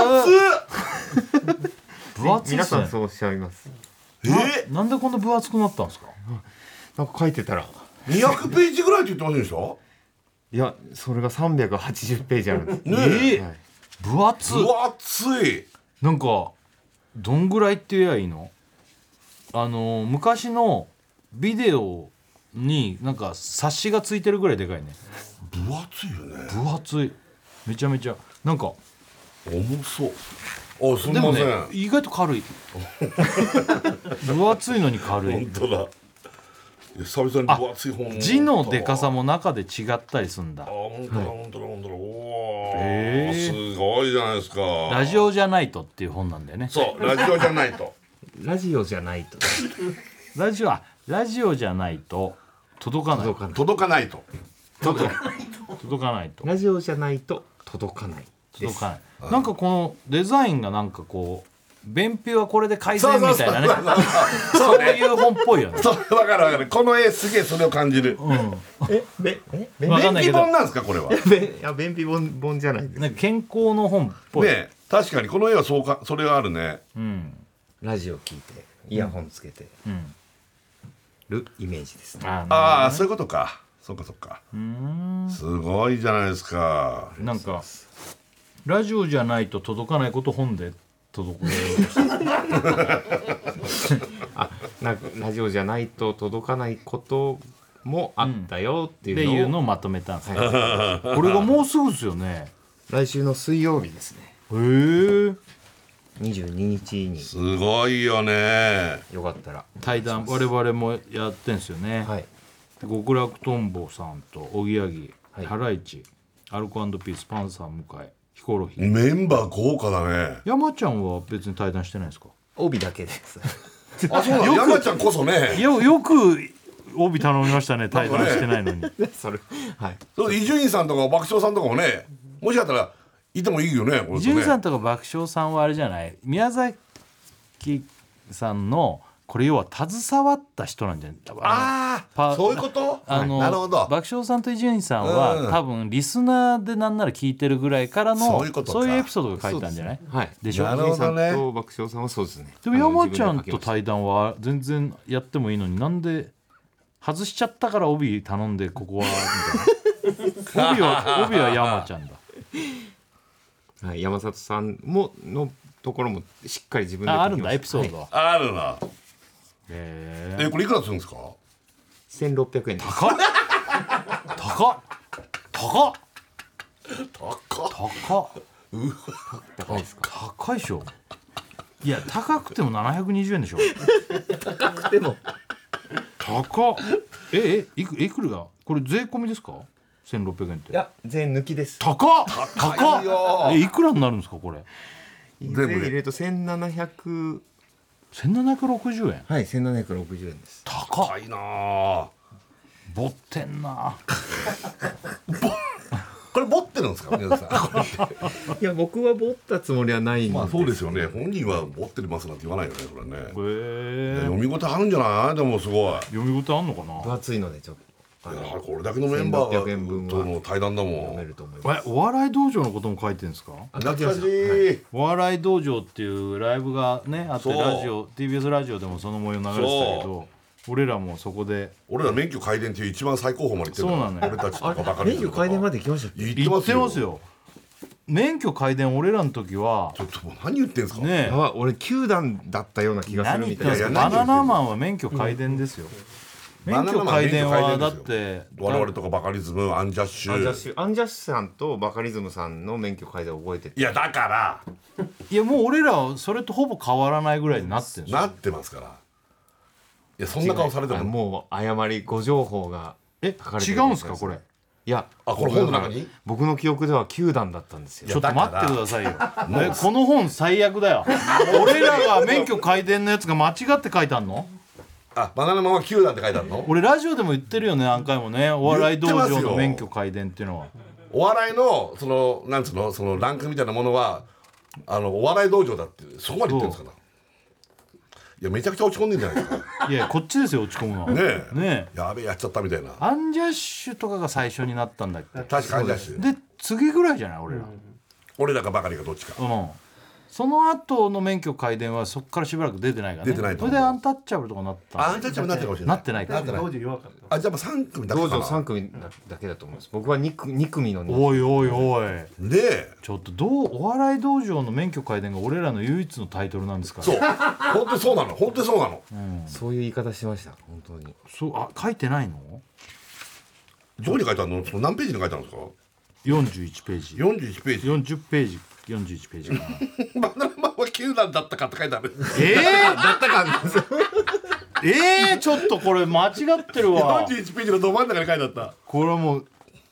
分分厚いっすね皆さんそうおっしゃいます。 厚っえなんでこんな分厚くなったんですかなんか書いてたら、 にひゃくページぐらいって言ってませんでしたいやそれがさんびゃくはちじゅうページあるんです。 ねえはい分厚分厚いなんかどんぐらいって言えばいいのあの昔のビデオになんか冊子がついてるぐらいでかいね分厚いよね分厚いめちゃめちゃなんか重そうあすみでもねません、 意外と軽い分厚いのに軽い本当だ久々に分厚い本字のでかさも中で違ったりすんだ。 あ本当だ本当だ本当だ。おへーーすごいじゃないですか。 ラジオじゃないとっていう本なんだよね。 そうラジオじゃないとラジオじゃないとラジオはラジオじゃないと届かない届かない届かないと届か届かないとラジオじゃないと届かないです届かないなんかこのデザインがなんかこう便秘はこれで改善みたいなねそういう本っぽいよね。 そう分かる分かる。この絵すげえそれを感じる。 えべえべわかんないけど便秘本なんですかこれは。ねべいや便秘本本じゃないですなんか健康の本っぽい。 え確かにこの絵はそうかそれがあるね。 うんラジオ聞いてイヤホンつけてうんるイメージですね、 あああそういうことか。そうかそうか。 うーんすごいじゃないですか。 なんかラジオじゃないと届かないこと本で届くあなんかラジオじゃないと届かないこともあったよってっていうのを、 いうのをまとめたんですよ。 はこれがもうすぐですよね。 い来週の水曜日ですねへえ。 にじゅうににちにすごいよね。 よかったら対談我々もやってんですよね。 はい極楽とんぼさんとおぎやぎ、 はいハライチ、アルコ&ピース、パンサー向井、ヒコロヒー。 メンバー豪華だね。 山ちゃんは別に対談してないですか？ 帯だけですあそうなの。山ちゃんこそね。 よよく帯頼みましたね。対談してないのに。 それはいそう伊集院さんとか爆笑さんとかもね、もしかしたらいてもいいよね。これとね伊集院さんとか爆笑さんはあれじゃない？宮崎さんのこれ要は携わった人なんじゃない？ あパあそういうこと。 あのなるほど。 爆笑さんと伊集院さんは、 うん多分リスナーでなんなら聞いてるぐらいからのそういうことかエピソードが書いたんじゃない？ はいでしょなるほどね伊集院さんと爆笑さんはそうですねでも山ちゃんあの自分で書きましたと対談は全然やってもいいのになんで外しちゃったから帯頼んでここはみたいな帯は帯は山ちゃんだ。 はい、山里さんものところもしっかり自分で書きましたああるんだエピソードは。 あるな。 へえこれいくらするんですか。 せんろっぴゃくえんです高っ高っ高っ高っ。 高っ高いですか高いでしょ。いや高くてもななひゃくにじゅうえんでしょ。 でも高っええいくいくらがこれ税込みですか？せんろっぴゃくえんっていや全抜きです高っ高っ高いよえいくらになるんですかこれ？ 全部で全部入れるとせんななひゃくせんななひゃくろくじゅうえん。 はいせんななひゃくろくじゅうえんです高っ高いなあ。 ぼってんな。 これ持ってるんですか皆さん。 いや僕は持ったつもりはないんですまあそうですよね。本人は持ってますなんて言わないよねこれね。 へえ読み応えあるんじゃない。でもすごい。 読み応えあんのか分な。 厚いのでちょっとあいやのこれだけのメンバせんろっぴゃくえん分はーとの対談だも読めん。 ると思いますえお笑い道場のことも書いてるんですか？ あ懐かし書きましい。 お笑い道場っていうライブがねあってそうラジオ ティービーエス ラジオでもその模様流れてたけど俺らもそこで俺ら免許改伝っていう一番最高峰まで行ってるそうなのよ俺たちとかばかたり免許改伝まで来ましたっけ行って行ってますよ。 ますよ。免許改伝俺らの時はちょっともう何言ってんすか。 ねえあ俺きゅう段だったような気がする何言ってんすみたいなかバいやいやナナマンは免許改伝ですよ。免許改伝はだって我々とかバカリズムアンジャッシアンジャッュ。 シュアンジャッシュさんとバカリズムさんの免許改伝を覚えてていやだからいやもう俺らはそれとほぼ変わらないぐらいになってるんですよ。 なってますから。いやそんな顔されてあも。 もう誤り誤情報がえ書かれて違るうんですかこれ？ いやあこれ本の中に僕の記憶ではきゅう段だったんですよちょっと待ってくださいよ。えこの本最悪だよ。俺らが免許改伝のやつが間違って書いてあんの？ あバナナマンはきゅう段って書いてあるの。 俺ラジオでも言ってるよね何回もねお笑い道場言ってますよの免許改伝っていうのは。 お笑いのそのなんつうのそのランクみたいなものはあのお笑い道場だってそこまで言ってるんですから。いやめちゃくちゃ落ち込んでんじゃないですか。 いやこっちですよ落ち込むのは。 ねえねえやべえやっちゃったみたいな。 アンジャッシュとかが最初になったんだっけ？ 確かアンジャッシュ。 で次ぐらいじゃない俺ら。 俺らかばかりかどっちか。 うん。その後の免許改伝はそこからしばらく出てないからね。 出てないと思うそれでアンタッチャブルとかなったあアンジャッシュになってるかもしれない。 なってないかなってない。 当時弱かったあじゃあもうさん組だけ道場かな。 さん組だけだと思います僕は 2, 組に組のおいおいおいでちょっとどうお笑い道場の免許改伝が俺らの唯一のタイトルなんですから。 そう本当にそうなの本当にそうなの。 そういう言い方しました本当にそうあ書いてないの？ どこに書いてあるの。その何ページに書いてあるんですか。 よんじゅういちページ。 よんじゅういちページ。 よんじゅうページよんじゅういちページかな。 バナナマンはきゅう段だったかって書いてある。 ええだったかんですよえー、ちょっとこれ間違ってるわよんじゅういちページのど真ん中に書いてあった。 これはもう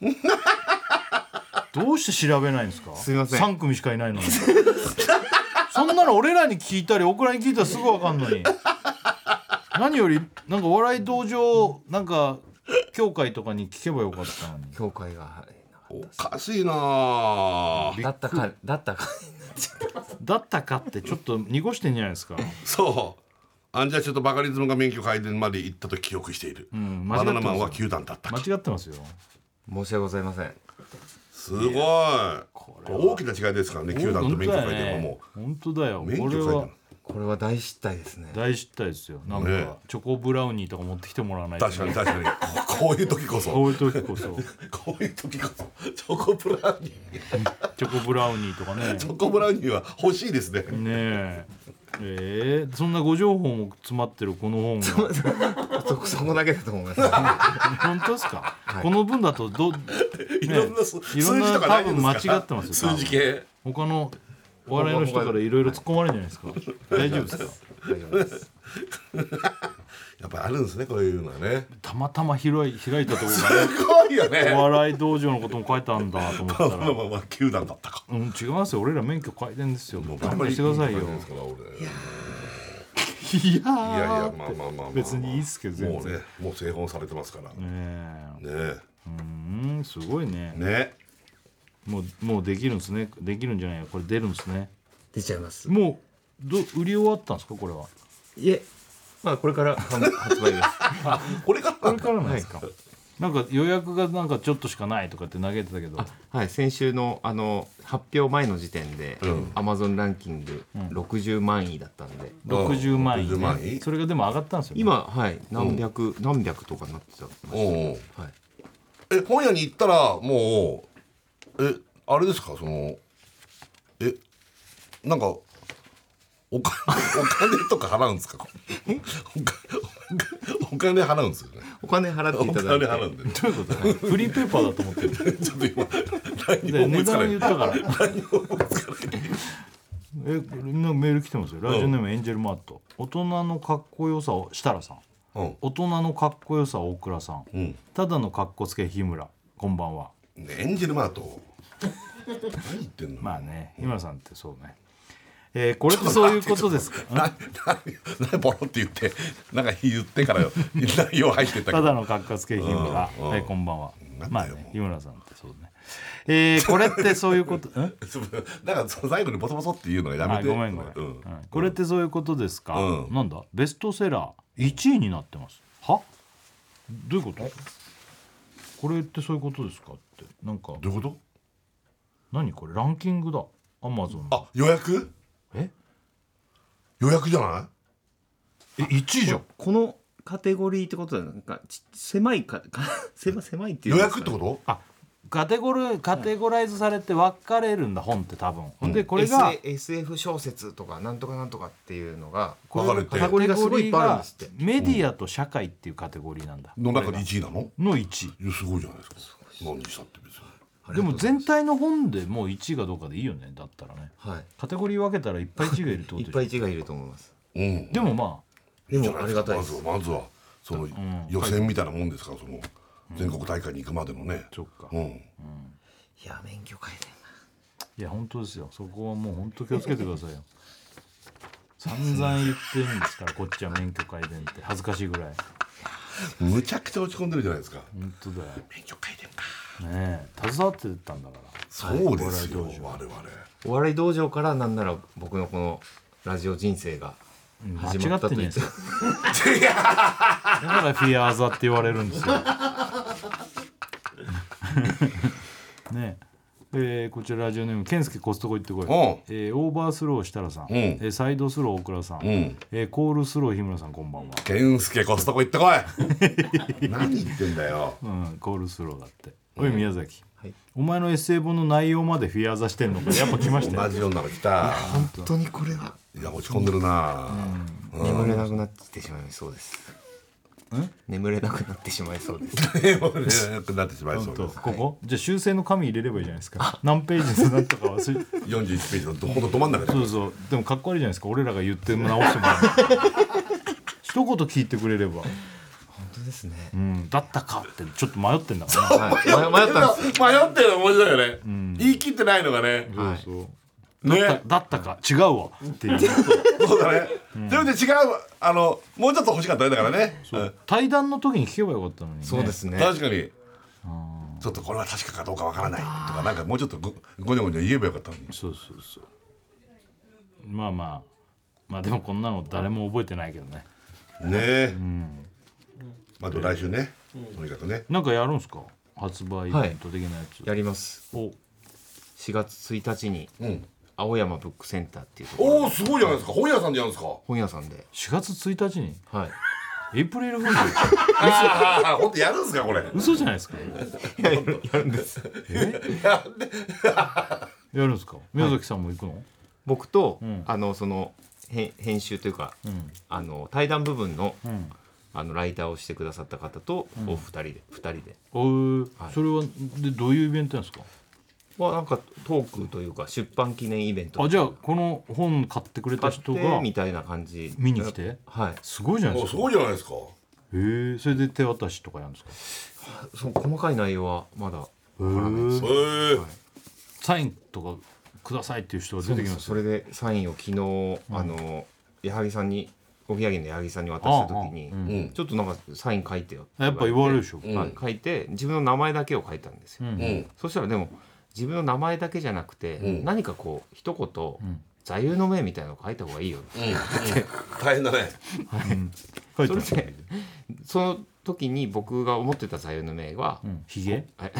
どうして調べないんですか。 すいませんさん組しかいないのにそんなの俺らに聞いたりオクラに聞いたらすぐ分かんのに何よりなんか笑い道場なんか協会とかに聞けばよかったのに。 教会が、はい、 おかしいなぁ。 だったかだったかだったかってちょっと濁してんじゃないですか。 そうあんじゃちょっとバカリズムが免許改善まで行ったと記憶している、うん、バナナマンはきゅうだんだった間違ってますよ。 申し訳ございません。 すごい大きな違いですからね。きゅうだんと免許改善はもう本当だよ。 免許これ改善はこれは大失態ですね。 大失態ですよ。なんか、 ね、 チョコブラウニーとか持ってきてもらわないと。 確かに確かにこういう時こそこういう時こそこういう時こそチョコブラウニーチョコブラウニーとかねチョコブラウニーは欲しいですね。 ねええー、そんなご情報も詰まってるこの本がそ, そこだけだと思います本当ですか、はい、この分だとど、ね、 いろんな数いろんな字とか多分間違ってますよ。 数字系他のお笑いの人からいろいろ突っ込まれるんじゃないですか。大丈夫ですか。 大丈夫ですやっぱあるんですねこういうのはね。 たまたま開い開いたところがねすごいよね。 お笑い道場のことも書いてあるんだと思ったらまあまあまあきゅうだんだったか。 うん、違いますよ。俺ら免許改善ですよ。 もう勘弁してくださいよ。いやいやいやまあまあまあまあ、まあ、 別にいいっすけど全然もうねもう製本されてますからねえねうんすごいね。 ねもうもうできるんですね。できるんじゃないよ。これ出るんですね。 出ちゃいます。 もうど売り終わったんですかこれは。 いえまあこれから発売ですこれからこれからなんですか、はい、なんか予約がなんかちょっとしかないとかって投げてたけど、 はい、先週のあの発表前の時点で、うん、アマゾンランキングろくじゅうまんいだったんで、 うん、ろくじゅうまんい、ね、 ろくじゅうまんいそれがでも上がったんですよ、ね、 今はい何百、うん、何百とかなってたました、はい、 え本屋に行ったらもうえあれですかそのえなんかお金, お金とか払うんですかお金払うんですよね。 お金払っていただいて。 お金払うんで、ね、 どういうこと、ね、フリーペーパーだと思ってるちょっと今何も思いつかない。 値段言ったから何も思いつかないえなんかメール来てますよ。ラジオネームエンジェルマート。大人のかっこよさを設楽さん、うん、大人のかっこよさ大倉さん、うん、ただのかっこつけ日村こんばんは、 ね、エンジェルマート何言ってんの。 まあね日村さんってそうね、えー、これってそういうことですか。 な何ボロって言ってなんか言ってからよ内容入ってたけどただのかっこつけ日村、はいこんばんは。まあね日村さんってそうね、えー、これってそういうことんだからその最後にボソボソっていうのがやめて。 ごめんごめん、うんうん、これってそういうことですか、 うん、 なんだベストセラーいちいになってます。はどういうこと。これってそういうことですかってなんかどういうこと。 何これランキングだアマゾン。 あ予約え予約じゃない。 えいちいじゃん。 このカテゴリーってことだよ。なんか狭いか狭狭いっていう、 ね、予約ってこと。 あカテゴルカテゴライズされて分かれるんだ本って多分、うん、でこれがエスエフ 小説とかなんとかなんとかっていうのが分かれてカテゴリーがすごいいっぱいあるんですって。 メディアと社会っていうカテゴリーなんだ、 うん、の中でいちいなののいちい。 いやすごいじゃないですか。何にしたって別に。 でも全体の本でもういちいがどうかでいいよね。だったらね、はい、カテゴリー分けたらいっぱいいちいがいるってことでしょ。 いっぱいいちいがいると思います、 うん、 でもまあでもありがたいです。 まずはまずはその予選みたいなもんですから、その全国大会に行くまでのね。 そっか、 うんうん、 いや免許改善いや本当ですよ。そこはもう本当気をつけてくださいよ散々言ってるんですからこっちは免許改善って恥ずかしいぐらい。 むちゃくちゃ落ち込んでるじゃないですか。 本当だよ。 免許改善かねえ携わってたんだから。 そうですよ、 はい、 我々 お笑い道場からなんなら僕のこのラジオ人生が始まったと言って、うん、間違ってんねんだからフィアーザって言われるんですよねえー、こちらラジオネーム健介コストコ行ってこい、えー、オーバースロー設楽さん、うんえー、サイドスロー大倉さん、うんえー、コールスロー日村さんこんばんは。 健介コストコ行ってこい何言ってんだよ、 うん、コールスローだって。おい宮崎、はい、お前のエッセイ本の内容までフィアーザしてんのか。やっぱ来ましたよ同じようなの来た。 本当にこれはいや落ち込んでるな、 うんうん、眠れなくなってしまいそうです。眠れなくなってしまいそうです眠れなくなってしまいそうです。 ここ、はい、じゃあ修正の紙入れればいいじゃないですか。何ページになったかはよんじゅういちページのどこのど真ん中で。 そうそうでもかっこ悪いじゃないですか。俺らが言って直してもらう一一言聞いてくれれば、 本当ですね。 うん、だったかってちょっと迷ってんだからね。 はい、迷迷ったんです。 迷ってるの面白いよね、言い切ってないのがね、 そうそう。 ねだっただったか違うわっていう。 そうだね、でもね違うあのもうちょっと欲しかったねだからね、うん対談の時に聞けばよかったのにね。 そうですね。 確かにちょっとこれは確かかどうかわからないとかなんかもうちょっとごごにょごにょ言えばよかったのに。 そうそうそう。まあまあまあでもこんなの誰も覚えてないけどね。 ねえ、まあと来週ね、とにかくね。 なんかやるんすか、発売イベント的なやつ。 やります。 おしがつついたちにうん青山ブックセンターっていうところおおすごいじゃないですか、本屋さんでやるんですか。 本屋さんで、 しがつついたちにはいエイプリルフールああ本当やるんですかこれ。 嘘じゃないですか。 やるんですやるんですか。宮崎さんも行くの？ 僕と、 んあのその編編集というか、 んあの対談部分の,、 んあのライターをしてくださった方と、お二人で二人でおーはいそれはでどういうイベントなんですか？ はなんかトークというか出版記念イベントあ、じゃあこの本買ってくれた買って人がみたいな感じ見に来て、 はいすごいじゃないですか。 おすごいじゃないですか。 へえ、それで手渡しとかやるんですか？ そう細かい内容はまだわからないです、 へえ、 はいサインとかくださいっていう人が出てきますそれでサインを昨日、あの矢作さんにおぎやはぎの矢作さんに渡した時に、 ああうんうんちょっとなんかサイン書いてよってやっぱ言われるでしょ。 うんはい、書いて自分の名前だけを書いたんですよ、 うんうんそしたらでも自分の名前だけじゃなくて、 うん何かこう一言、 ん座右の銘みたいなのを書いた方がいいよ、 うんうん大変だね。 書いてますそれでその時に僕が思ってた座右の銘は、 うんひげ。 はい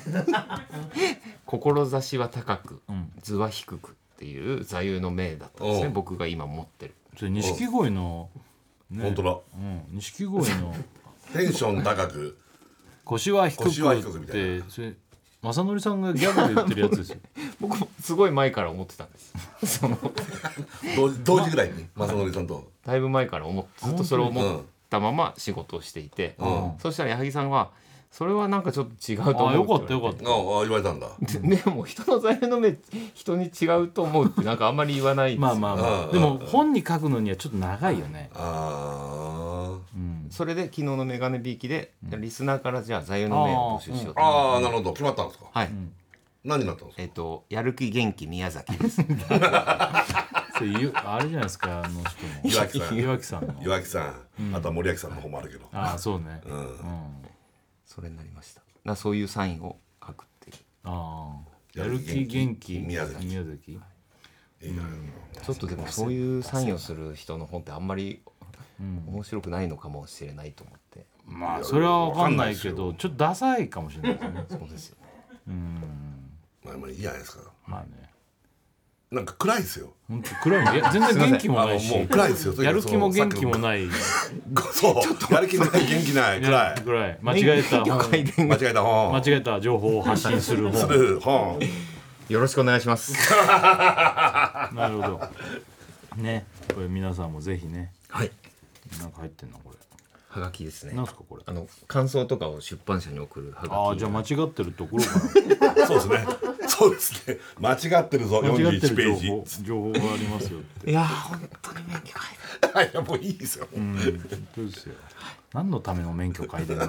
志は高く、 うん図は低くっていう座右の銘だったんですね、 おう僕が今持ってる。 それ錦鯉のね本当だ。 うん錦鯉のテンション高く腰は低く腰は低くみったいなて、それ正則さんがギャグで言ってるやつですよ。 僕もすごい前から思ってたんですその同時同時ぐらいに正則さんと。 だいぶ前から思っずっとそれを思ったまま仕事をしていて、 うんそしたら矢作さんはそれはなんかちょっと違うと思うあ、よかったよかった。 ああ言われたんだ。 たでも人の座右の銘人に違うと思うってなんかあんまり言わないですよまあまあまうんあでも本に書くのにはちょっと長いよね。 あうんそれで昨日のメガネビーキで、リスナーからじゃあ座右の銘を募集しようと、 あああなるほど決まったんですか。 はい、 何になったんですか。 えっ、とやる気元気宮崎ですそれゆあれじゃないですか、あの人も岩木さん岩木さんの。 岩木さん、あとは森脇さんの方もあるけど。 ああそうね。 うんうんそれになりました。だからそういうサインを書くっていうああやる気元気宮崎宮崎。 いいなちょっとでもそういうサインをする人の本ってあんまり面白くないのかもしれないと思って、 まあそれは分かんないけわかんないどちょっとダサいかもしれないですね。 そうですよね。 まあまあいいじゃないですか。 まあね。 なんか暗いですよ。 本当暗いね。いや全然元気もないしあのもう暗いですよ。 やる気も元気もい。 ない。 そうやる気ない元気ない暗い。 暗い。間違えた本回転間違えた本。 間違えた情報を発信するす本。 る本。 よろしくお願いします。 なるほど。ね、これ皆さんもぜひね。 はい。 なんか入ってんのこれ。 はがきですね。 なんすかこれ。 あの感想とかを出版社に送るはがき。 ああじゃあ間違ってるところかな。 そうですね。そうですね。間違ってるぞ。 間違四ってる十一ページ。 情報情報がありますよって。 いや本当に免許書いいやもういいですよ。 うん本当ですよ。何のための免許書いてるの。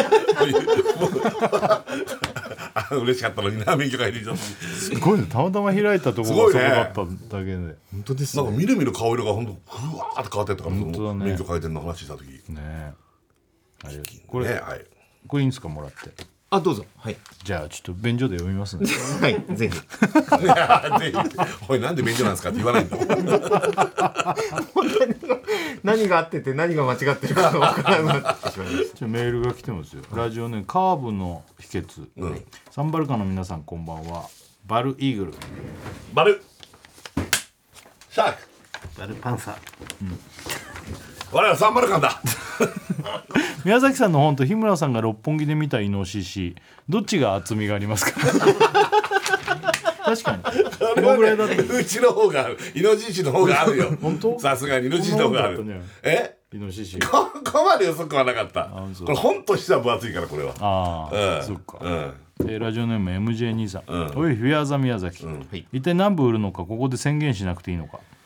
あ嬉しかったのにな免許書いてちゃった。 すごいね。たまたま開いたところがそこだっただけで。 本当ですね。 なんかみるみる顔色が本当ふわーって変わってったから、 本当だね免許書いてるの話した時。 ね。あれこれ、 ねはい。 これいいんですかもらって。 あどうぞ。はいじゃあちょっと便所で読みますね。 はいぜひ。 いやぜひおいなんで免許なんですかって言わないんだもん。 何があってて何が間違ってるかわからなくなってしまいましじゃあメールが来てますよ。ラジオネームカーブの秘訣。 うんサンバルカの皆さんこんばんは。バルイーグル。 バルシャークバルパンサー我らサンバルカンだ。 宮崎さんの本と日村さんが六本木で見たイノシシ、どっちが厚みがありますか。確かにこのぐらいだってうちの方がある。イノシシの方があるよ。 本当さすがにイノシシの方があるこんなもんだった。 えイノシシ。 ここまで予測はなかった。 あそうこれ本としては分厚いからこれは。 ああ、 うんそっか、 うんえーラジオネーム エムジェー兄さん、 うんおいフィアーザ宮崎、 ん一体何部売るのかここで宣言しなくていいのか。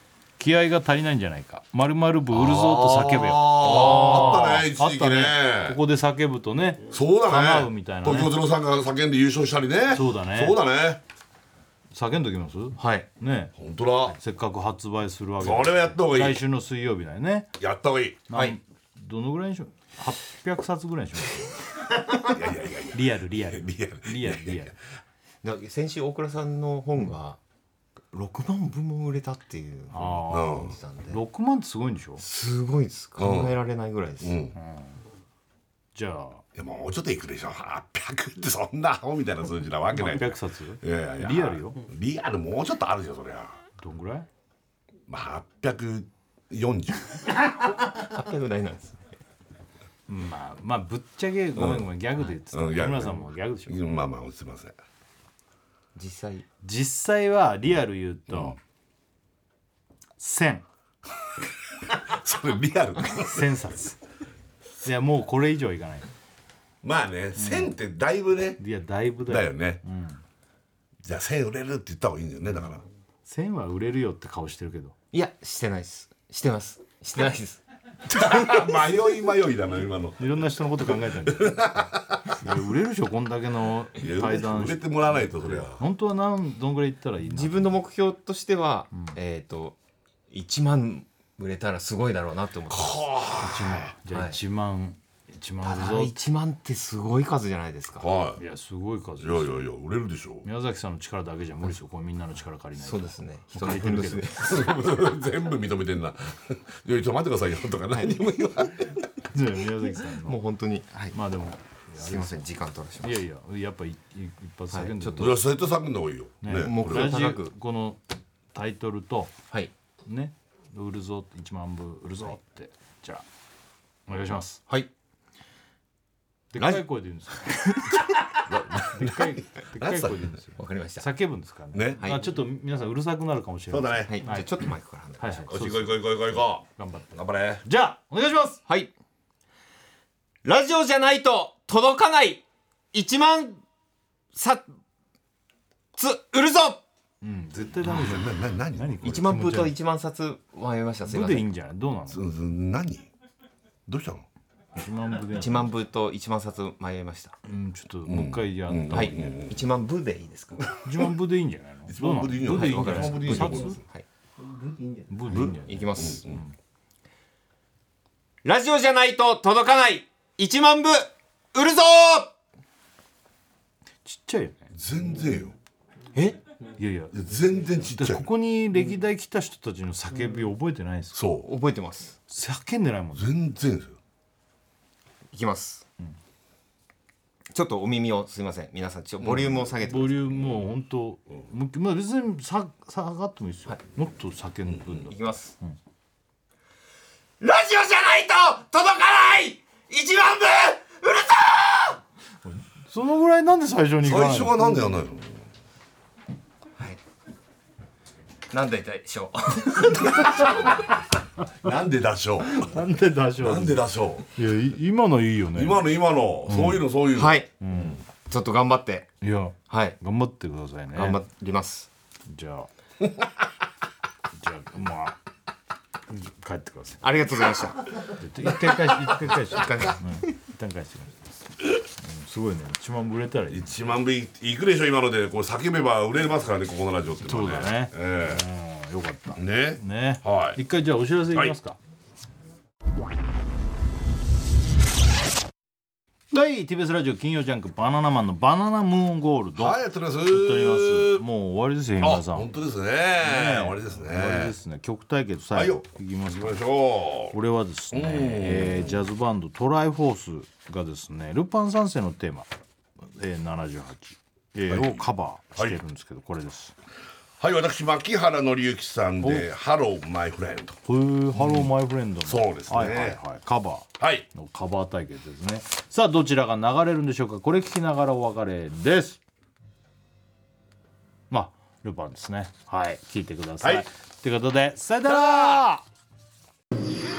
気合が足りないんじゃないか、まるまる部売るぞと叫べよ。 あーあったね一時期ね。 あったね。ここで叫ぶとね、 そうだね。 叶うみたいなね東京ゼロさんが叫んで優勝したりね。 そうだねそうだね。 叫んどきますはいね。 本当だ。 せっかく発売するわけそれはやった方がいい。 来週の水曜日だよね。 やった方がいい。 はいどのぐらいにしよう。はっぴゃくさつぐらいにしますいやいやいやいや。 リアルリアルリアル。 リアルリアルなんか先週大倉さんの本がろくまんぶも売れたっていうあうん言ってたんで、 ろくまんってすごいんでしょ。 すごいです考えられないぐらいです、 うん。 じゃあいやもうちょっといくでしょ。はっぴゃくってそんなアホみたいな数字なわけない。 はっぴゃくさついやいやいやリアルよ。 リアルもうちょっとあるよそりゃ。 どんぐらい。 まあはっぴゃくよんじゅう。 はっぴゃくだいなんですまあまあぶっちゃけごめんごめんギャグで言ってた。 うんギャグ村さんもギャグでしょ。 まあまあすいません。 実際。 実際はリアル言うとせんそれリアル。 せんさつ。いやもうこれ以上いかない。 まあねせんってだいぶね。 いやだいぶだよ。 だよね。じゃあせん売れるって言った方がいいんだよねだから。 せんは売れるよって顔してるけど。 いやしてないですしてますしてないです迷い迷いだな今の。 いろんな人のこと考えたんだよ。いや売れるでしょこんだけのいや対談売れてもらわないとそれは。 本当は何どんぐらいいったらいいな。 自分の目標としては、えっ、といちまん売れたらすごいだろうなって思ってますじゃあはいいちまんいちまん売るただぞ。 いちまんってすごい数じゃないですか。 はいやすごい数い。いです。 やいやいや売れるでしょ。 宮崎さんの力だけじゃ無理ですよ。これみんなの力借りないと。 そうですね人借のりてるけど分ですね全部認めてんな。いやちょっと待ってくださいよとか何にも言わない。 じゃあ宮崎さんのもう本当にはいまあでもすいません時間取らせまいやいややっぱいい一発叫んでるはいちょっいやそうやって叫んだ方がいいよ。 ねね目標ラジオ高くこのタイトルとはいね売るぞいちまん部売るぞってじゃあお願いします。 はいでっかい声で言うんですよ。でっかいでっかい声で言うんですよ。 わかりました叫ぶんですからね。 ねあちょっと皆さんうるさくなるかもしれない。 そうだね。 はい、じゃあちょっとマイクから離れはいはい。 よし行こう行こう行こう行こう行こ頑張ってう。頑張れ。 じゃあお願いします。 はいラジオじゃないと届かないいちまんさつ売るぞうん絶対ダメじゃん。 なな何？ 何これいちまん部といちまんさつ迷いましたすいません部でいいんじゃないどうなの。 うん何？どうしたの？ いちまん部でいいいちまん部といちまんさつ迷いましたうんちょっともう一回やった方はいがいいね。 いちまん部でいいですかいちまん部でいいんじゃないの。 一番部でいいんじゃない部でいいんじゃない一番部でいいんじゃない部はい部でいいんじゃないいきます、ラジオじゃないと届かないいちまん部売るぞちっちゃいよね。 全然よ。 えいやいやいや全然ちっちゃい。 ここに歴代来た人たちの叫び覚えてないですか。 そう覚えてます叫んでないもんね。 全然ですよ。 いきます、ちょっとお耳をすいません皆さんちょっとボリュームを下げてください、 ボリュームもう本当、もうまあ別にさ下がってもいいですよ。もっと叫ぶんだ。 いきます、ラジオじゃないと届かないいちまん部売るぞそのぐらいなんで最初に行かないの。 最初はなんでやんないの？ なんででしょうなんでだしょう。 なんで出しょう。 なんでだしょう。 いやい今のいいよね。 今の今のそういうのそういうの。 はい、ちょっと頑張っていやはい頑張ってくださいね。 頑張ります、 じゃあじゃあまあ帰ってください。 ありがとうございました一回返し一回返し一回うん一旦返してください。うんすごいね。いちまん部売れたらいい。 いちまん部いいくでしょ今のでこれ叫べば売れますからねここのラジオってのはそうだねえうんよかったえね。 ね。 はい一回じゃあお知らせいきますか。はい、ティービーエス ラジオ金曜ジャンクバナナマンのバナナムーンゴールド。 はいやっております。 やっております。もう終わりですよあ皆さん。 本当ですね。終わりですね。 終わりですね。曲対決最後はいよいきますか。 行きましょう。 これはですね、えージャズバンドトライフォースがですねルパン三世のテーマ、えー、ななじゅうはち、えーはいをカバーしてるんですけど、これです。 はい私牧原紀之さんでハローマイフレンド。 こういうハローマイフレンドの、 そうですねはいはいはい、カバーはい。 のカバー対決ですね。さあどちらが流れるんでしょうか。これ聞きながらお別れです。まあルパンですね。はい聞いてください。 はいということでさよなら。